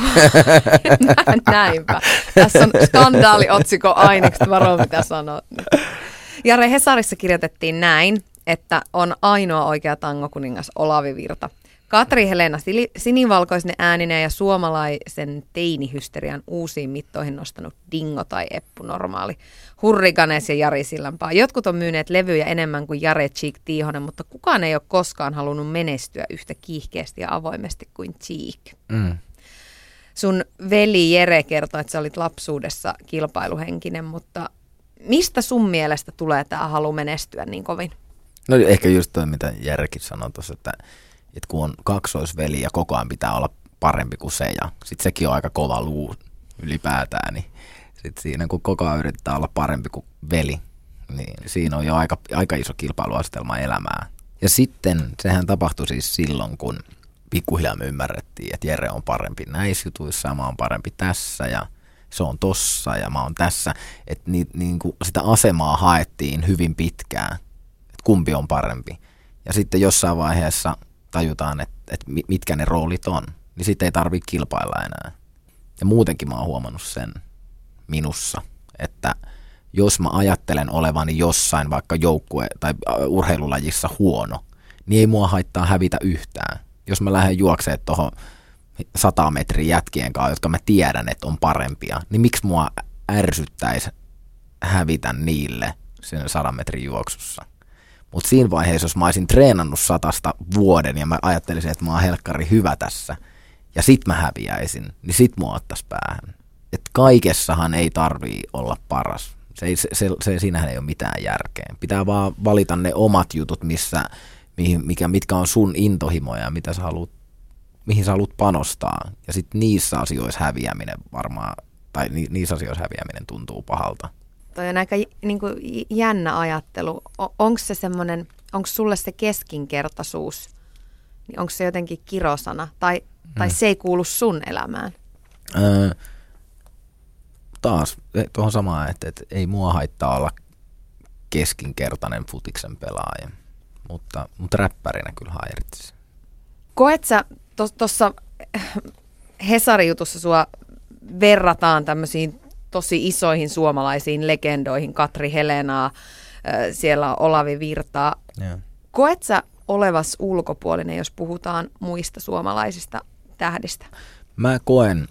näinpä. Tässä on skandaaliotsikko ainekset, varo mitä sanot. Jare, Hesarissa kirjoitettiin näin, että on ainoa oikea tangokuningas Olavi Virta. Katri Helena sinivalkoisine äänineen ja suomalaisen teinihysterian uusiin mittoihin nostanut Dingo tai Eppu Normaali. Hurriganes ja Jari Sillanpää. Jotkut on myyneet levyjä enemmän kuin Jare Cheek Tiihonen, mutta kukaan ei ole koskaan halunnut menestyä yhtä kiihkeästi ja avoimesti kuin Cheek. Sun veli Jere kertoi, että sä olit lapsuudessa kilpailuhenkinen, mutta mistä sun mielestä tulee tämä halu menestyä niin kovin? No ehkä just toi, mitä Jerkin sanoi tuossa, että kun on kaksoisveli ja koko ajan pitää olla parempi kuin se ja sitten sekin on aika kova luu ylipäätään, niin sitten siinä kun koko ajan yritetään olla parempi kuin veli, niin siinä on jo aika iso kilpailuasetelma elämää. Ja sitten sehän tapahtui siis silloin, kun pikkuhiljaa me ymmärrettiin, että Jere on parempi näissä jutuissa ja mä oon parempi tässä ja se on tossa ja mä oon tässä. Että niin kuin sitä asemaa haettiin hyvin pitkään, että kumpi on parempi. Ja sitten jossain vaiheessa tajutaan, että mitkä ne roolit on, niin sitten ei tarvitse kilpailla enää. Ja muutenkin mä oon huomannut sen minussa, että jos mä ajattelen olevani jossain vaikka joukkue- tai urheilulajissa huono, niin ei mua haittaa hävitä yhtään. Jos mä lähden juoksemaan tuohon 100 metriä jätkien kanssa, jotka mä tiedän, että on parempia, niin miksi mua ärsyttäisi hävitä niille sen 100 metrin juoksussa? Mutta siinä vaiheessa, jos mä olisin treenannut 100 vuoden ja mä ajattelisin, että mä oon helkkari hyvä tässä ja sit mä häviäisin, niin sit mua ottaisi päähän. Että kaikessahan ei tarvii olla paras. Siinähän ei ole mitään järkeä. Pitää vaan valita ne omat jutut, mitkä on sun intohimoja ja mitä mihin sä haluat panostaa. Ja sitten niissä asioissa häviäminen niissä asioissa häviäminen tuntuu pahalta. Toi on aika niin kuin jännä ajattelu. Onko sulle se keskinkertaisuus, niin onko se jotenkin kirosana tai se ei kuulu sun elämään? Taas tuohon samaan, että ei mua haittaa olla keskinkertainen futiksen pelaaja, mutta räppärinä kyllä häiritsisi. Koet sä tuossa Hesari-jutussa sua verrataan tämmöisiin tosi isoihin suomalaisiin legendoihin, Katri Helenaa, siellä on Olavi Virtaa. Yeah. Koet sä olevas ulkopuolinen, jos puhutaan muista suomalaisista tähdistä? Mä koen,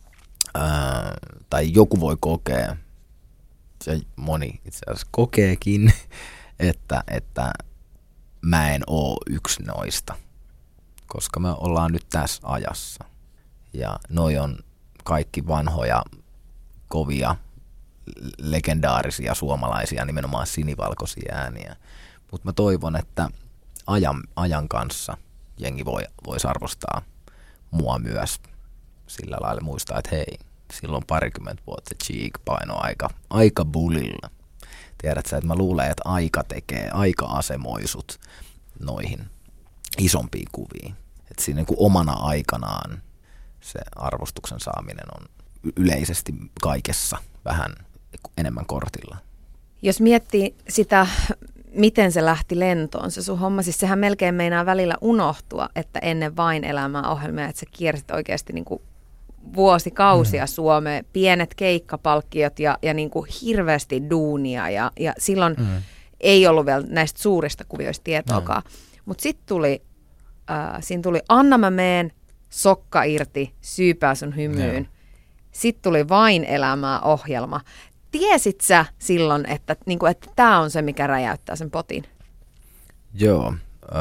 tai joku voi kokea, ja moni itse asiassa kokeekin, että mä en oo yksi noista, koska me ollaan nyt tässä ajassa. Ja noi on kaikki vanhoja, kovia, legendaarisia suomalaisia, nimenomaan sinivalkoisia ääniä. Mutta mä toivon, että ajan kanssa jengi voisi arvostaa mua myös sillä lailla, muistaa, että hei, silloin 20 vuotta Cheek paino aika bullilla. Tiedätkö, että mä luulen, että aika asemoi sut noihin isompiin kuviin. Että siinä niin kuin omana aikanaan se arvostuksen saaminen on yleisesti kaikessa vähän enemmän kortilla. Jos miettii sitä, miten se lähti lentoon, se sun homma, siis sehän melkein meinaa välillä unohtua, että ennen Vain elämää -ohjelmia, että sä kiersit oikeasti niin kuin vuosikausia Suomeen, pienet keikkapalkkiot ja niin kuin hirveästi duunia ja silloin ei ollut vielä näistä suurista kuvioista tietoakaan. Mutta sitten siinä tuli Anna mä meen, Sokka irti, Syypää sun hymyyn. Sitten tuli Vain elämää -ohjelma. Tiesit sä silloin, että tämä on se, mikä räjäyttää sen potin? Joo.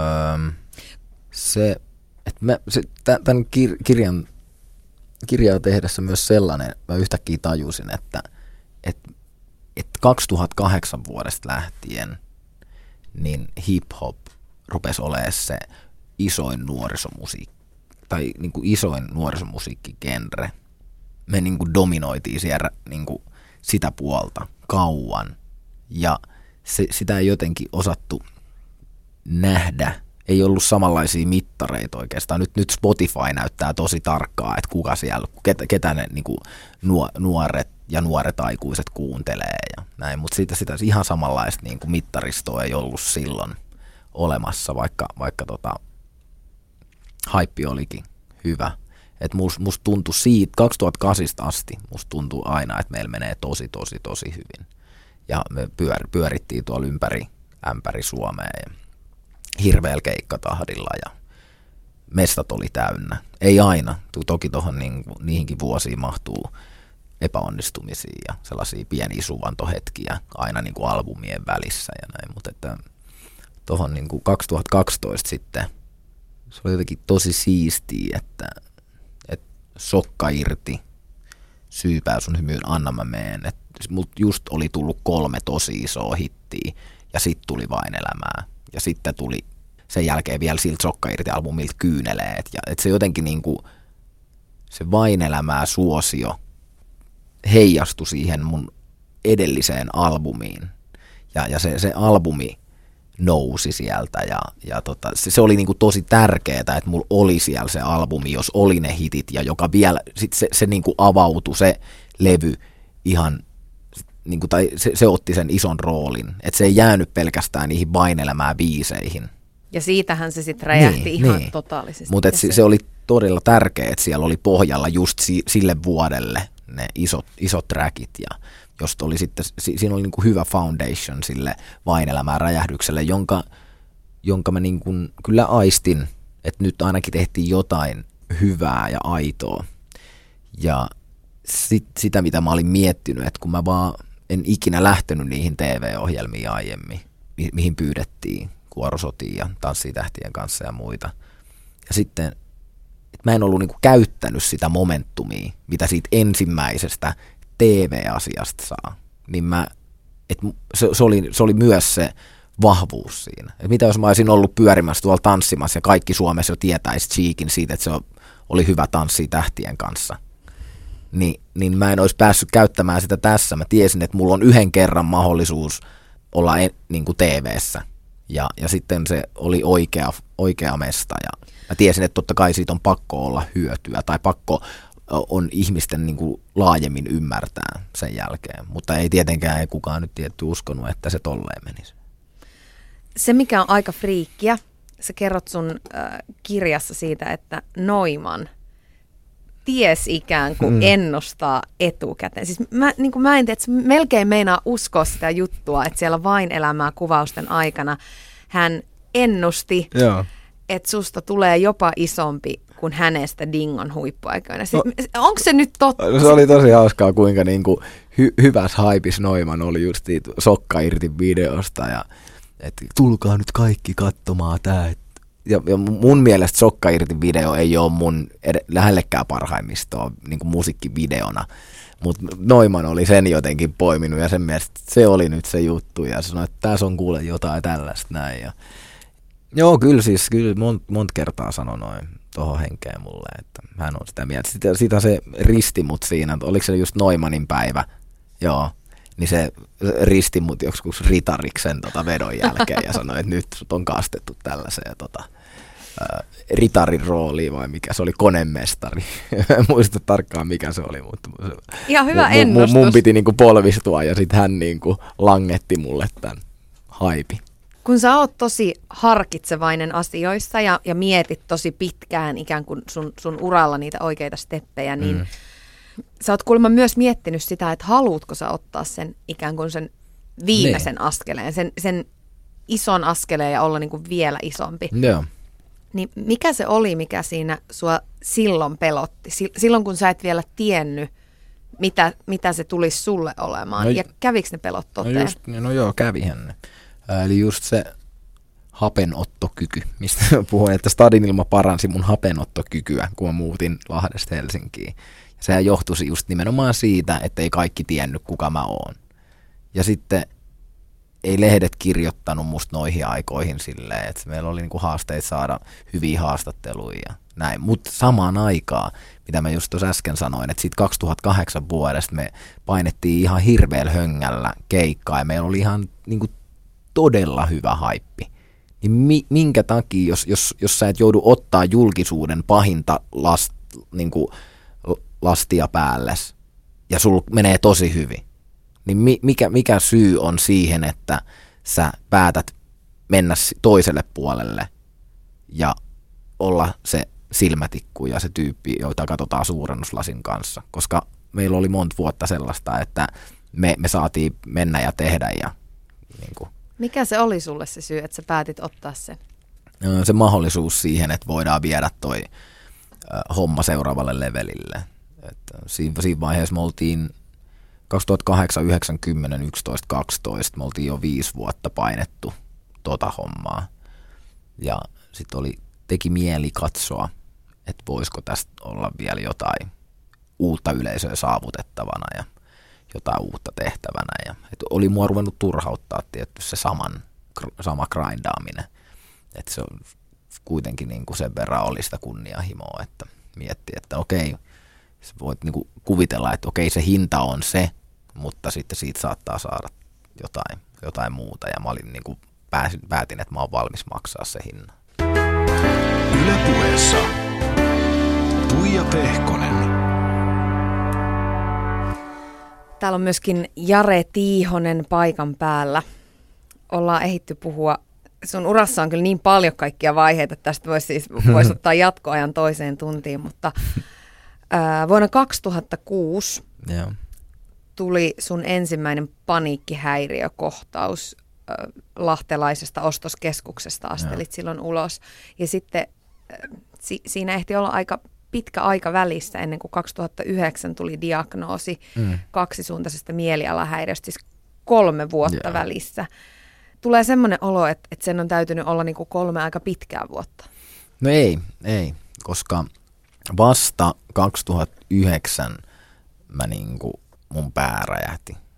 Tämän kirjaa tehdessä myös sellainen, mä yhtäkkiä tajusin, että 2008 vuodesta lähtien niin hip-hop rupesi olemaan se isoin nuorisomusiikkigenre. Me niin kuin dominoitiin siellä niin kuin sitä puolta kauan ja sitä ei jotenkin osattu nähdä. Ei ollut samanlaisia mittareita oikeastaan. Nyt Spotify näyttää tosi tarkkaa, että kuka siellä, ketä ne niin kuin nuoret aikuiset kuuntelee ja näin. Mutta sitä ihan samanlaista niin kuin mittaristoa ei ollut silloin olemassa, vaikka haippi olikin hyvä. Et musta tuntui siitä 2008 asti, musta tuntuu aina, että meillä menee tosi hyvin. Ja me pyörittiin tuolla ämpäri Suomea ja hirveällä keikkatahdilla ja mestat oli täynnä. Ei aina, toki tuohon niihinkin vuosiin mahtuu epäonnistumisia ja sellaisia pieniä suvantohetkiä aina niin kuin albumien välissä ja näin, mutta että tuohon niin kuin 2012 sitten se oli jotenkin tosi siistiä, että Sokka irti, Syypää sun hymyyn, Anna mä meen. Mut just oli tullut 3 tosi isoa hittiä ja sitten tuli Vain elämää. Ja sitten tuli sen jälkeen vielä siltä Sokka irti -albumilta Kyyneleet. Ja et se jotenkin niinku, se Vain elämää -suosio heijastui siihen mun edelliseen albumiin. Ja se albumi nousi sieltä ja se oli niinku tosi tärkeää, että mulla oli siellä se albumi, jos oli ne hitit ja joka vielä sit se niinku avautui se levy ihan niinku, tai se otti sen ison roolin, että se ei jäänyt pelkästään niihin Vain elämää -biiseihin. Ja siitähän se sitten räjähti ihan totaalisesti. Mutta se oli todella tärkeää, että siellä oli pohjalla just sille vuodelle ne isot trackit ja josta oli sitten, siinä oli niin kuin hyvä foundation sille Vain elämää -räjähdykselle, jonka mä niin kuin kyllä aistin, että nyt ainakin tehtiin jotain hyvää ja aitoa. Ja sitä, mitä mä olin miettinyt, että kun mä vaan en ikinä lähtenyt niihin TV-ohjelmiin aiemmin, mihin pyydettiin kuorosotia ja Tanssitähtien kanssa ja muita. Ja sitten, että mä en ollut niin kuin käyttänyt sitä momentumia, mitä siitä ensimmäisestä TV-asiasta saa, niin mä se oli myös se vahvuus siinä. Et mitä jos mä olisin ollut pyörimässä tuolla tanssimassa ja kaikki Suomessa jo tietäisi Cheekin siitä, että se oli hyvä tanssia tähtien kanssa. Niin mä en olisi päässyt käyttämään sitä tässä. Mä tiesin, että mulla on yhden kerran mahdollisuus olla niin kuin TV:ssä. Ja sitten se oli oikea mesta. Ja mä tiesin, että totta kai siitä on pakko olla hyötyä tai pakko on ihmisten niin kuin laajemmin ymmärtää sen jälkeen. Mutta ei tietenkään kukaan nyt tietty uskonut, että se tolleen menisi. Se, mikä on aika friikkiä, sä kerrot sun kirjassa siitä, että Neumann ties ikään kuin ennustaa etukäteen. Siis mä en tiedä, että melkein meinaa uskoa sitä juttua, että siellä Vain elämää kuvausten aikana hän ennusti, että susta tulee jopa isompi kuin hänestä Dingon huippuaikoina. Siis, onko se nyt totta? No, se oli tosi hauskaa, kuinka niinku hyvässä haipis Neumann oli just sokka irti videosta ja että tulkaa nyt kaikki katsomaan tää. Ja mun mielestä sokka irti video ei ole mun lähellekään parhaimmistoa niin kuin musiikkivideona, mutta Neumann oli sen jotenkin poiminut ja sen mielestä se oli nyt se juttu ja sanoi, että tässä on kuule jotain tällaista näin. Ja joo, kyllä monta kertaa sanoi noin tuohon henkeen mulle, että hän on sitä mieltä. Sitä se risti mut siinä, että oliko se just Neumannin päivä, joo. Niin se risti mut joskus ritariksen vedon jälkeen ja sanoi, että nyt sut on kastettu tällaiseen ritarin rooliin vai mikä se oli, konemestari. En muista tarkkaan mikä se oli, mutta ihan hyvä ennustus. Mun piti niinku polvistua ja sitten hän niinku langetti mulle tämän haipi. Kun sä oot tosi harkitsevainen asioissa ja mietit tosi pitkään ikään kuin sun uralla niitä oikeita steppejä, niin sä oot kuulemma myös miettinyt sitä, että haluutko sä ottaa sen ikään kuin sen viimeisen askeleen, sen ison askeleen ja olla niin kuin vielä isompi. Joo. Niin mikä se oli, mikä siinä sua silloin pelotti? Silloin kun sä et vielä tiennyt, mitä se tulisi sulle olemaan. Ja kävikö ne pelot toteen? No joo, kävihän ne. Eli just se hapenottokyky, mistä puhuin, että Stadinilma paransi mun hapenottokykyä, kun mä muutin Lahdesta Helsinkiin. Sehän johtuisi just nimenomaan siitä, että ei kaikki tiennyt, kuka mä oon. Ja sitten ei lehdet kirjoittanut musta noihin aikoihin silleen, että meillä oli niinku haasteita saada hyviä haastatteluja ja näin. Mutta samaan aikaan, mitä mä just tuossa äsken sanoin, että siitä 2008 vuodesta me painettiin ihan hirveällä höngällä keikkaa ja meillä oli ihan niinku todella hyvä haippi. Niin minkä takia, jos sä et joudu ottaa julkisuuden pahinta lastia päälles ja sulla menee tosi hyvin, niin mikä syy on siihen, että sä päätät mennä toiselle puolelle ja olla se silmätikku ja se tyyppi, jota katsotaan suurennuslasin kanssa, koska meillä oli monta vuotta sellaista, että me saatiin mennä ja tehdä. Ja, niin kuin. Mikä se oli sulle se syy, että sä päätit ottaa sen? Se mahdollisuus siihen, että voidaan viedä toi homma seuraavalle levelille. Että siinä vaiheessa me oltiin 2008, 9, 10, 11, 12, me oltiin jo 5 vuotta painettu tota hommaa. Ja sitten teki mieli katsoa, että voisiko tästä olla vielä jotain uutta yleisöä saavutettavana ja jotain uutta tehtävänä. Ja, oli mua ruvennut turhauttaa tietty se sama grindaaminen. Että se on kuitenkin niin kuin sen verran oli sitä kunnianhimoa, että miettii, että okei, voit niin kuin kuvitella, että okei, se hinta on se, mutta sitten siitä saattaa saada jotain muuta. Ja mä olin niin kuin päätin, että mä oon valmis maksaa se hinnan. Yle Puheessa Tuija Pehkonen. Täällä on myöskin Jare Tiihonen paikan päällä. Ollaan ehditty puhua. Sun urassa on kyllä niin paljon kaikkia vaiheita, että tästä voisi ottaa jatkoajan toiseen tuntiin, mutta vuonna 2006 tuli sun ensimmäinen paniikkihäiriökohtaus lahtelaisesta ostoskeskuksesta, astelit silloin ulos. Ja sitten siinä ehti olla aika pitkä aika välissä ennen kuin 2009 tuli diagnoosi kaksisuuntaisesta mielialahäiriöstä, siis 3 vuotta välissä. Tulee semmoinen olo, että sen on täytynyt olla niin kuin 3 aika pitkää vuotta. No ei, koska vasta 2009 mun pää räjähti.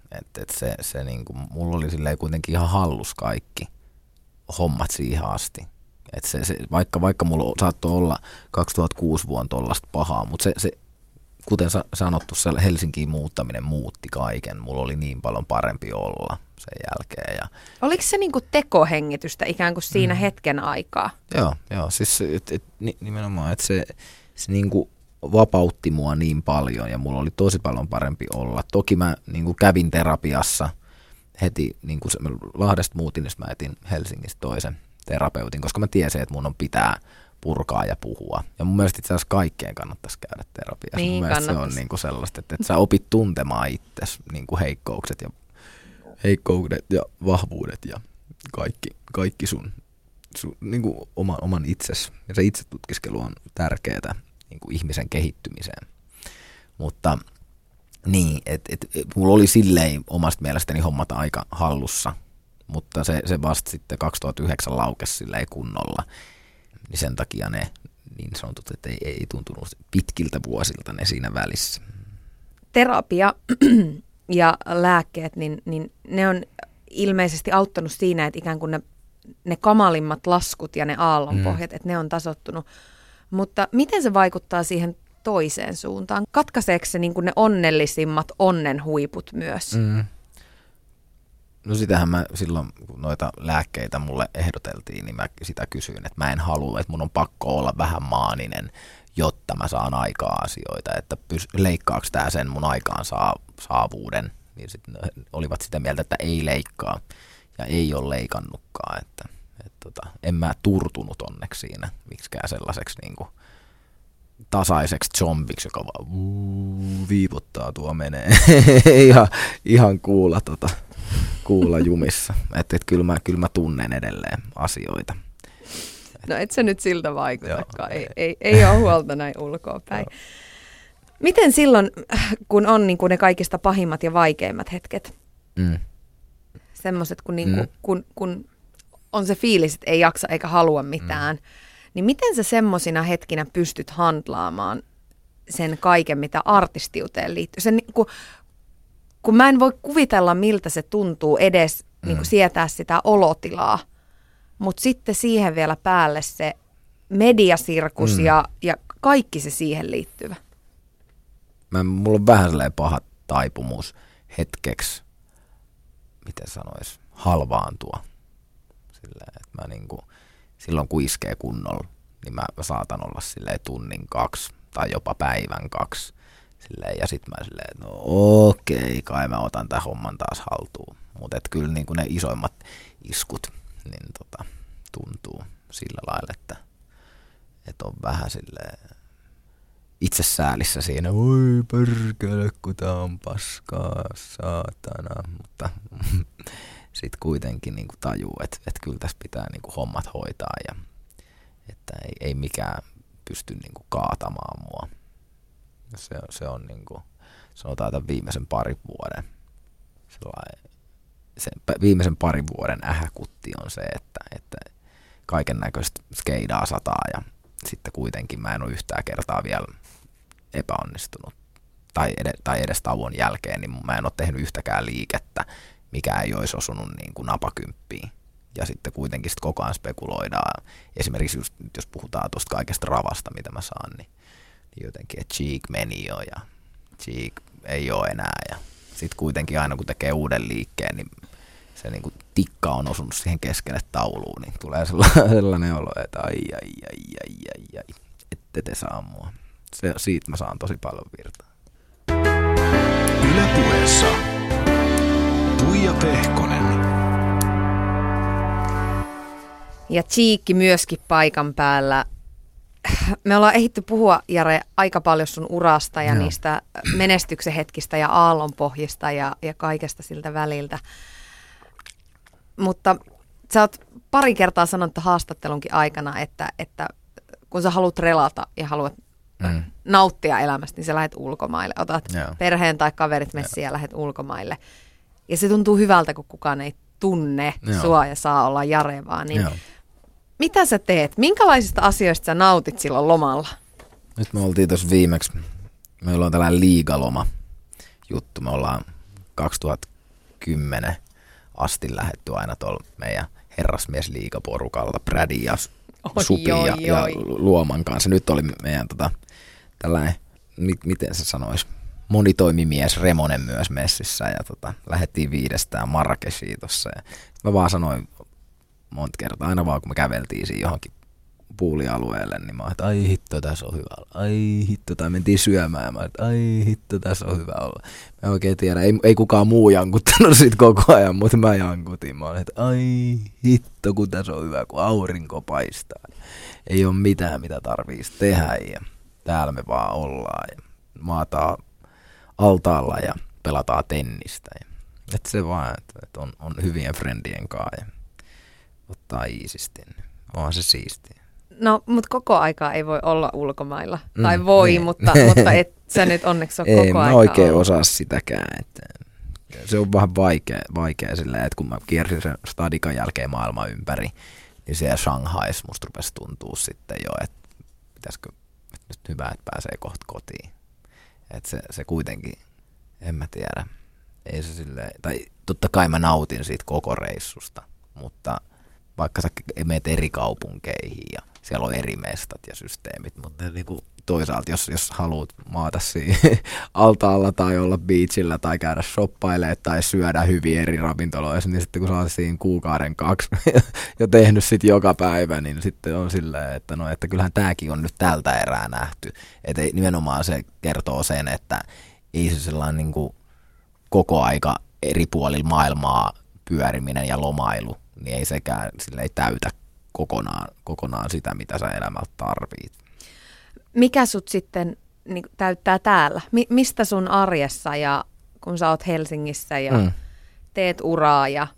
Se niinku, mulla oli silleen kuitenkin ihan hallus kaikki hommat siihen asti. Vaikka mulla saattoi olla 2006 vuonna tollaista pahaa, mutta se kuten sanottu, se Helsinkiin muuttaminen muutti kaiken. Mulla oli niin paljon parempi olla sen jälkeen. Ja oliko se niinku tekohengitystä ikään kuin siinä hetken aikaa? Joo, siis nimenomaan, että se niinku vapautti mua niin paljon ja mulla oli tosi paljon parempi olla. Toki mä niinku kävin terapiassa heti, niinku Lahdesta muutin, niin mä etin Helsingistä toisen terapeutin, koska mä tiesin, että mun pitää purkaa ja puhua. Ja mun mielestä itse asiassa kaikkeen kannattaisi käydä terapiassa. Niin, mun mielestä se on niinku sellaista, että sä opit tuntemaan itsesi niinku heikkoudet ja vahvuudet ja kaikki sun niinku oman itsesi. Ja se itsetutkiskelu on tärkeää niinku ihmisen kehittymiseen. Mutta niin, että mulla oli silleen omasta mielestäni hommat aika hallussa, mutta se vasta sitten 2009 laukesi silleen kunnolla. Niin sen takia ne niin sanotut, että ei tuntunut pitkiltä vuosilta ne siinä välissä. Terapia ja lääkkeet, niin ne on ilmeisesti auttanut siinä, että ikään kuin ne kamalimmat laskut ja ne aallonpohjat, että ne on tasoittunut. Mutta miten se vaikuttaa siihen toiseen suuntaan? Katkaiseeko se niin kuin ne onnellisimmat onnenhuiput myös? No sitähän mä silloin, kun noita lääkkeitä mulle ehdoteltiin, niin mä sitä kysyin, että mä en halua, että mun on pakko olla vähän maaninen, jotta mä saan aikaa asioita, että leikkaako tää sen mun aikaan saavuuden. Niin sitten olivat sitä mieltä, että ei leikkaa ja ei ole leikannutkaan, että en mä turtunut onneksi siinä miksikään sellaiseksi niin kuin tasaiseksi zombiksi, joka vaan viivottaa tuo menee ihan kuulla jumissa. Että kyllä mä tunnen edelleen asioita. No et sä nyt siltä vaikutakaan. Ei ole huolta näin ulkoa päin. Miten silloin, kun on niin kuin ne kaikista pahimmat ja vaikeimmat hetket? Semmoiset, kun on se fiilis, että ei jaksa eikä halua mitään. Niin miten sä semmosina hetkinä pystyt handlaamaan sen kaiken, mitä artistiuteen liittyy? Sen, kun mä en voi kuvitella, miltä se tuntuu edes niin kuin sietää sitä olotilaa, mutta sitten siihen vielä päälle se mediasirkus ja kaikki se siihen liittyvä. Mulla on vähän sellainen paha taipumus hetkeksi, miten sanois, halvaantua. Silleen, että mä niinku, silloin kun iskee kunnolla, niin mä saatan olla silleen tunnin 2 tai jopa päivän 2. Silleen, ja sit mä silleen, että no okei, kai mä otan tämän homman taas haltuun. Mutta kyllä niinku ne isoimmat iskut niin tuntuu sillä lailla, että on vähän silleen itsesäälissä siinä, oi perkele, kun tää on paskaa, saatana. Mutta sit kuitenkin niinku tajuu, että kyllä tässä pitää niinku hommat hoitaa ja että ei mikään pysty niinku kaatamaan mua. Se on niinku, sanotaan tämän viimeisen parin vuoden viimeisen parin vuoden ähäkutti on se, että kaiken näköistä skeidaa sataa ja sitten kuitenkin mä en ole yhtään kertaa vielä epäonnistunut tai edes tauon jälkeen, niin mä en ole tehnyt yhtäkään liikettä, mikä ei olisi osunut niin kuin napakymppiin. Ja sitten kuitenkin koko ajan spekuloidaan. Esimerkiksi just, jos puhutaan tuosta kaikesta ravasta, mitä mä saan, niin jotenkin, että Cheek meni jo ja Cheek ei ole enää. Ja sitten kuitenkin aina kun tekee uuden liikkeen, niin se niin kuin tikka on osunut siihen keskelle tauluun, niin tulee sellainen olo, että ai, ette te saa mua. Siitä mä saan tosi paljon virtaa. Yle Puheessa Tuija Pehkonen. Ja Cheekki myöskin paikan päällä. Me ollaan ehditty puhua, Jare, aika paljon sun urasta ja niistä menestyksen hetkistä ja aallonpohjista ja kaikesta siltä väliltä. Mutta sä oot pari kertaa sanonut haastattelunkin aikana, että kun sä haluat relata ja haluat nauttia elämästä, niin sä lähdet ulkomaille. Otat perheen tai kaverit messiin ja lähdet ulkomaille. Ja se tuntuu hyvältä, kun kukaan ei tunne sua ja saa olla Jare vaan. Niin mitä sä teet? Minkälaisista asioista sä nautit silloin lomalla? Nyt me oltiin tuossa viimeksi. Meillä on tällainen liigaloma juttu. Me ollaan 2010 10 asti lähdetty aina tuolla meidän herrasmiesliigaporukalla Bradin ja Supin ja Luoman kanssa. Nyt oli meidän tällainen, miten se sanoisi, monitoimimies Remonen myös messissä ja lähdettiin 5 Marrakeshiin tossa. Ja mä vaan sanoin monta kertaa, aina vaan kun me käveltiin siihen johonkin puulialueelle, niin mä oon, että ai hitto, tässä on hyvä olla. Ai hitto, tai mentiin syömään ja mä oon, että ai hitto, tässä on hyvä olla. Mä en oikein tiedä, ei kukaan muu jankuttanut siitä koko ajan, mutta mä jankutin. Mä oon, että ai hitto, kun tässä on hyvä, kun aurinko paistaa. Ei ole mitään, mitä tarvitsisi tehdä ja täällä me vaan ollaan ja maataan altaalla ja pelataan tennistä. Että se vaan, että on hyvien friendien kanssa ja ottaa iisisti. Onhan se siistiä. No, mutta koko aikaa ei voi olla ulkomailla. Tai voi, mutta et sä nyt onneksi ole koko aikaa. Ei mä oikein osaa sitäkään. Että se on vähän vaikea silleen, että kun mä kiersin sen stadikan jälkeen maailman ympäri, niin siellä Shanghais musta rupesi tuntua sitten jo, että pitäisikö nyt hyvä, että pääsee kohta kotiin. Että se kuitenkin, en mä tiedä, ei se silleen, tai totta kai mä nautin siitä koko reissusta, mutta vaikka sä menet eri kaupunkeihin ja siellä on eri mestat ja systeemit, mutta niinku toisaalta jos haluat maata siinä altaalla tai olla beachillä tai käydä shoppailemaan tai syödä hyvin eri ravintoloissa, niin sitten kun sä oot siinä kuukauden 2 jo tehnyt sit joka päivä, niin sitten on silleen, että no, että kyllähän tääkin on nyt tältä erää nähty. Että nimenomaan se kertoo sen, että ei se sellainen niinku koko aika eri puolilla maailmaa pyöriminen ja lomailu, niin ei sekään sille ei täytä kokonaan sitä, mitä sä elämältä tarvit. Mikä sut sitten niin täyttää täällä? Mistä sun arjessa ja kun sä oot Helsingissä ja teet uraa ja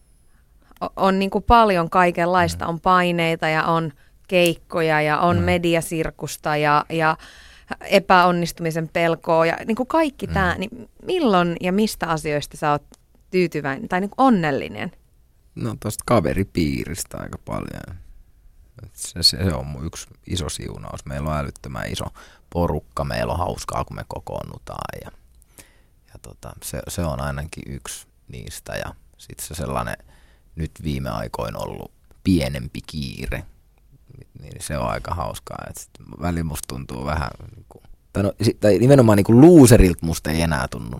on niin kuin paljon kaikenlaista, on paineita ja on keikkoja ja on mediasirkusta ja epäonnistumisen pelkoa ja niin kuin kaikki tämä, niin milloin ja mistä asioista sä oot tyytyväinen tai niin kuin onnellinen? No tuosta kaveripiiristä aika paljon. Se on mun yksi iso siunaus. Meillä on älyttömän iso porukka, meillä on hauskaa, kun me kokoonnutaan ja se on ainakin yksi niistä. Ja sitten se sellainen nyt viime aikoina ollut pienempi kiire, niin se on aika hauskaa. Välillä musta tuntuu vähän, tai nimenomaan niin loserilta musta ei enää tunnu.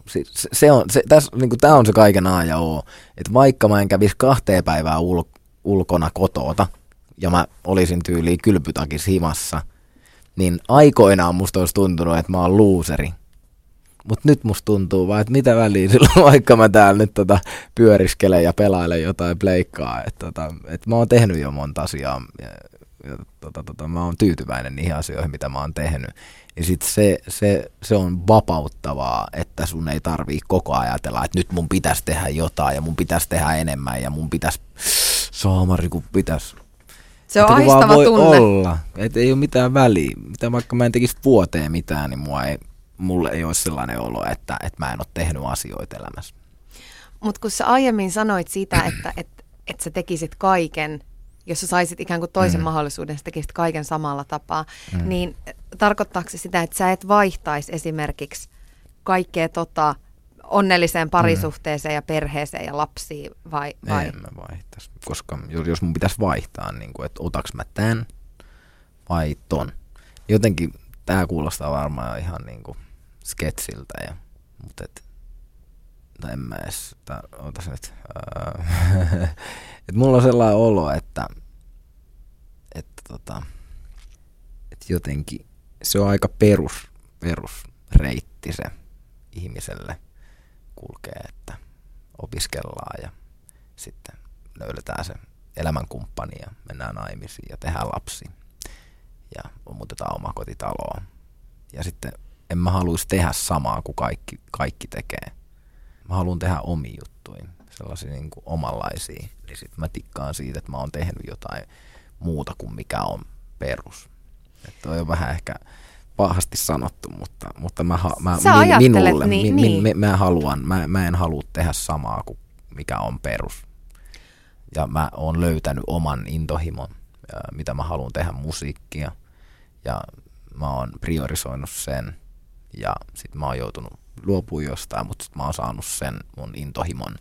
Tämä on se kaiken A ja O. Että vaikka mä en kävisi 2 päivää ulkona kotota, ja mä olisin tyyliin kylpytakis himassa, niin aikoinaan musta olisi tuntunut, että mä oon looseri. Mutta nyt musta tuntuu vaan, että mitä väliä silloin, vaikka mä täällä nyt pyöriskelen ja pelailen jotain pleikkaa. Että mä oon tehnyt jo monta asiaa ja mä oon tyytyväinen niihin asioihin, mitä mä oon tehnyt. Ja sit se on vapauttavaa, että sun ei tarvii koko ajan ajatella, että nyt mun pitäisi tehdä jotain ja mun pitäisi tehdä enemmän ja mun pitäisi, saamari kun pitäisi. Se on ahistava voi tunne. Olla, että ei ole mitään väliä. Mitä vaikka mä en tekisi vuoteen mitään, niin mulle ei ole sellainen olo, että mä en ole tehnyt asioita elämässä. Mutta kun sä aiemmin sanoit sitä, että sä tekisit kaiken, jos sä saisit ikään kuin toisen mahdollisuuden, sä tekisit kaiken samalla tapaa, niin tarkoittaako se sitä, että sä et vaihtaisi esimerkiksi kaikkea onnelliseen parisuhteeseen ja perheeseen ja lapsiin vai? En mä vaihtaisi, koska jos mun pitäisi vaihtaa, niin kuin, että otaks mä tän vai ton. Jotenkin tää kuulostaa varmaan ihan niin kuin sketsiltä, mutta en mä edes, otas nyt. Et mulla on sellainen olo, että jotenkin se on aika perusreitti se ihmiselle kulkee, että opiskellaan ja sitten löydetään se elämänkumppani ja mennään naimisiin ja tehdään lapsi ja muutetaan omakotitaloa. Ja sitten en mä haluaisi tehdä samaa kuin kaikki tekee. Mä haluan tehdä omia juttuja, sellaisia niin kuin omanlaisia. Niin sit mä tikkaan siitä, että mä oon tehnyt jotain muuta kuin mikä on perus. Että on vähän ehkä pahasti sanottu, mutta minulle, mä en halua tehdä samaa kuin mikä on perus. Ja mä oon löytänyt oman intohimon, mitä mä haluan tehdä musiikkia. Ja mä oon priorisoinut sen. Ja sit mä oon joutunut luopumaan jostain, mutta sit mä oon saanut sen mun intohimon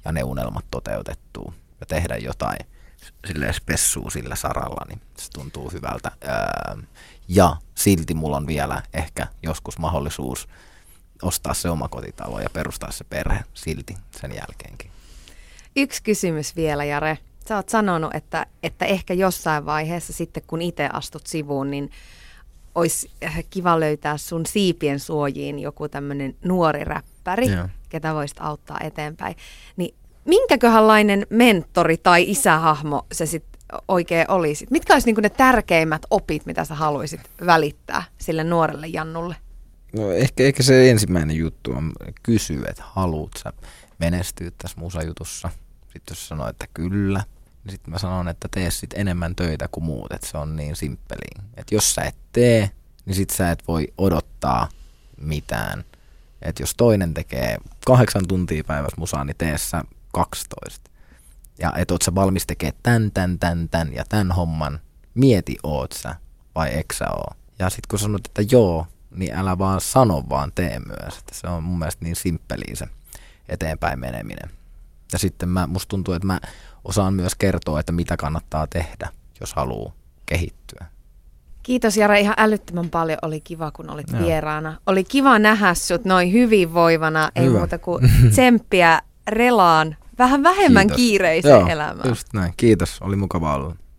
ja ne unelmat toteutettua ja tehdä jotain silleen spessua sillä saralla, niin se tuntuu hyvältä. Ja silti mulla on vielä ehkä joskus mahdollisuus ostaa se oma kotitalo ja perustaa se perhe silti sen jälkeenkin. Yksi kysymys vielä, Jare. Sä oot sanonut, että ehkä jossain vaiheessa sitten, kun itse astut sivuun, niin olisi kiva löytää sun siipien suojiin joku tämmöinen nuori räppäri, ketä voisit auttaa eteenpäin. Niin minkäköhänlainen mentori tai isähahmo se sitten oikein olisi? Mitkä olisi niinku ne tärkeimmät opit, mitä sä haluaisit välittää sille nuorelle Jannulle? No ehkä se ensimmäinen juttu on kysyä, että haluut sä menestyä tässä musajutussa. Sitten jos sanoo, että kyllä, niin sitten mä sanon, että tee sit enemmän töitä kuin muut, että se on niin simppeliin. Että jos sä et tee, niin sit sä et voi odottaa mitään. Että jos toinen tekee 8 tuntia päivässä musaa, niin tee sä 12. Ja et oot sä valmis tekee tän ja tän homman, mieti oot sä vai eikö sä oo. Ja sit kun sanot, että joo, niin älä vaan sano, vaan tee myös. Että se on mun mielestä niin simppeliä se eteenpäin meneminen. Ja sitten musta tuntuu, että mä osaan myös kertoa, että mitä kannattaa tehdä, jos haluaa kehittyä. Kiitos Jare ihan älyttömän paljon. Oli kiva, kun olit vieraana. Oli kiva nähdä sut noin hyvinvoivana. Ei muuta kuin tsemppiä relaan vähän vähemmän kiireiseen elämään. Just näin. Kiitos. Oli mukava olla.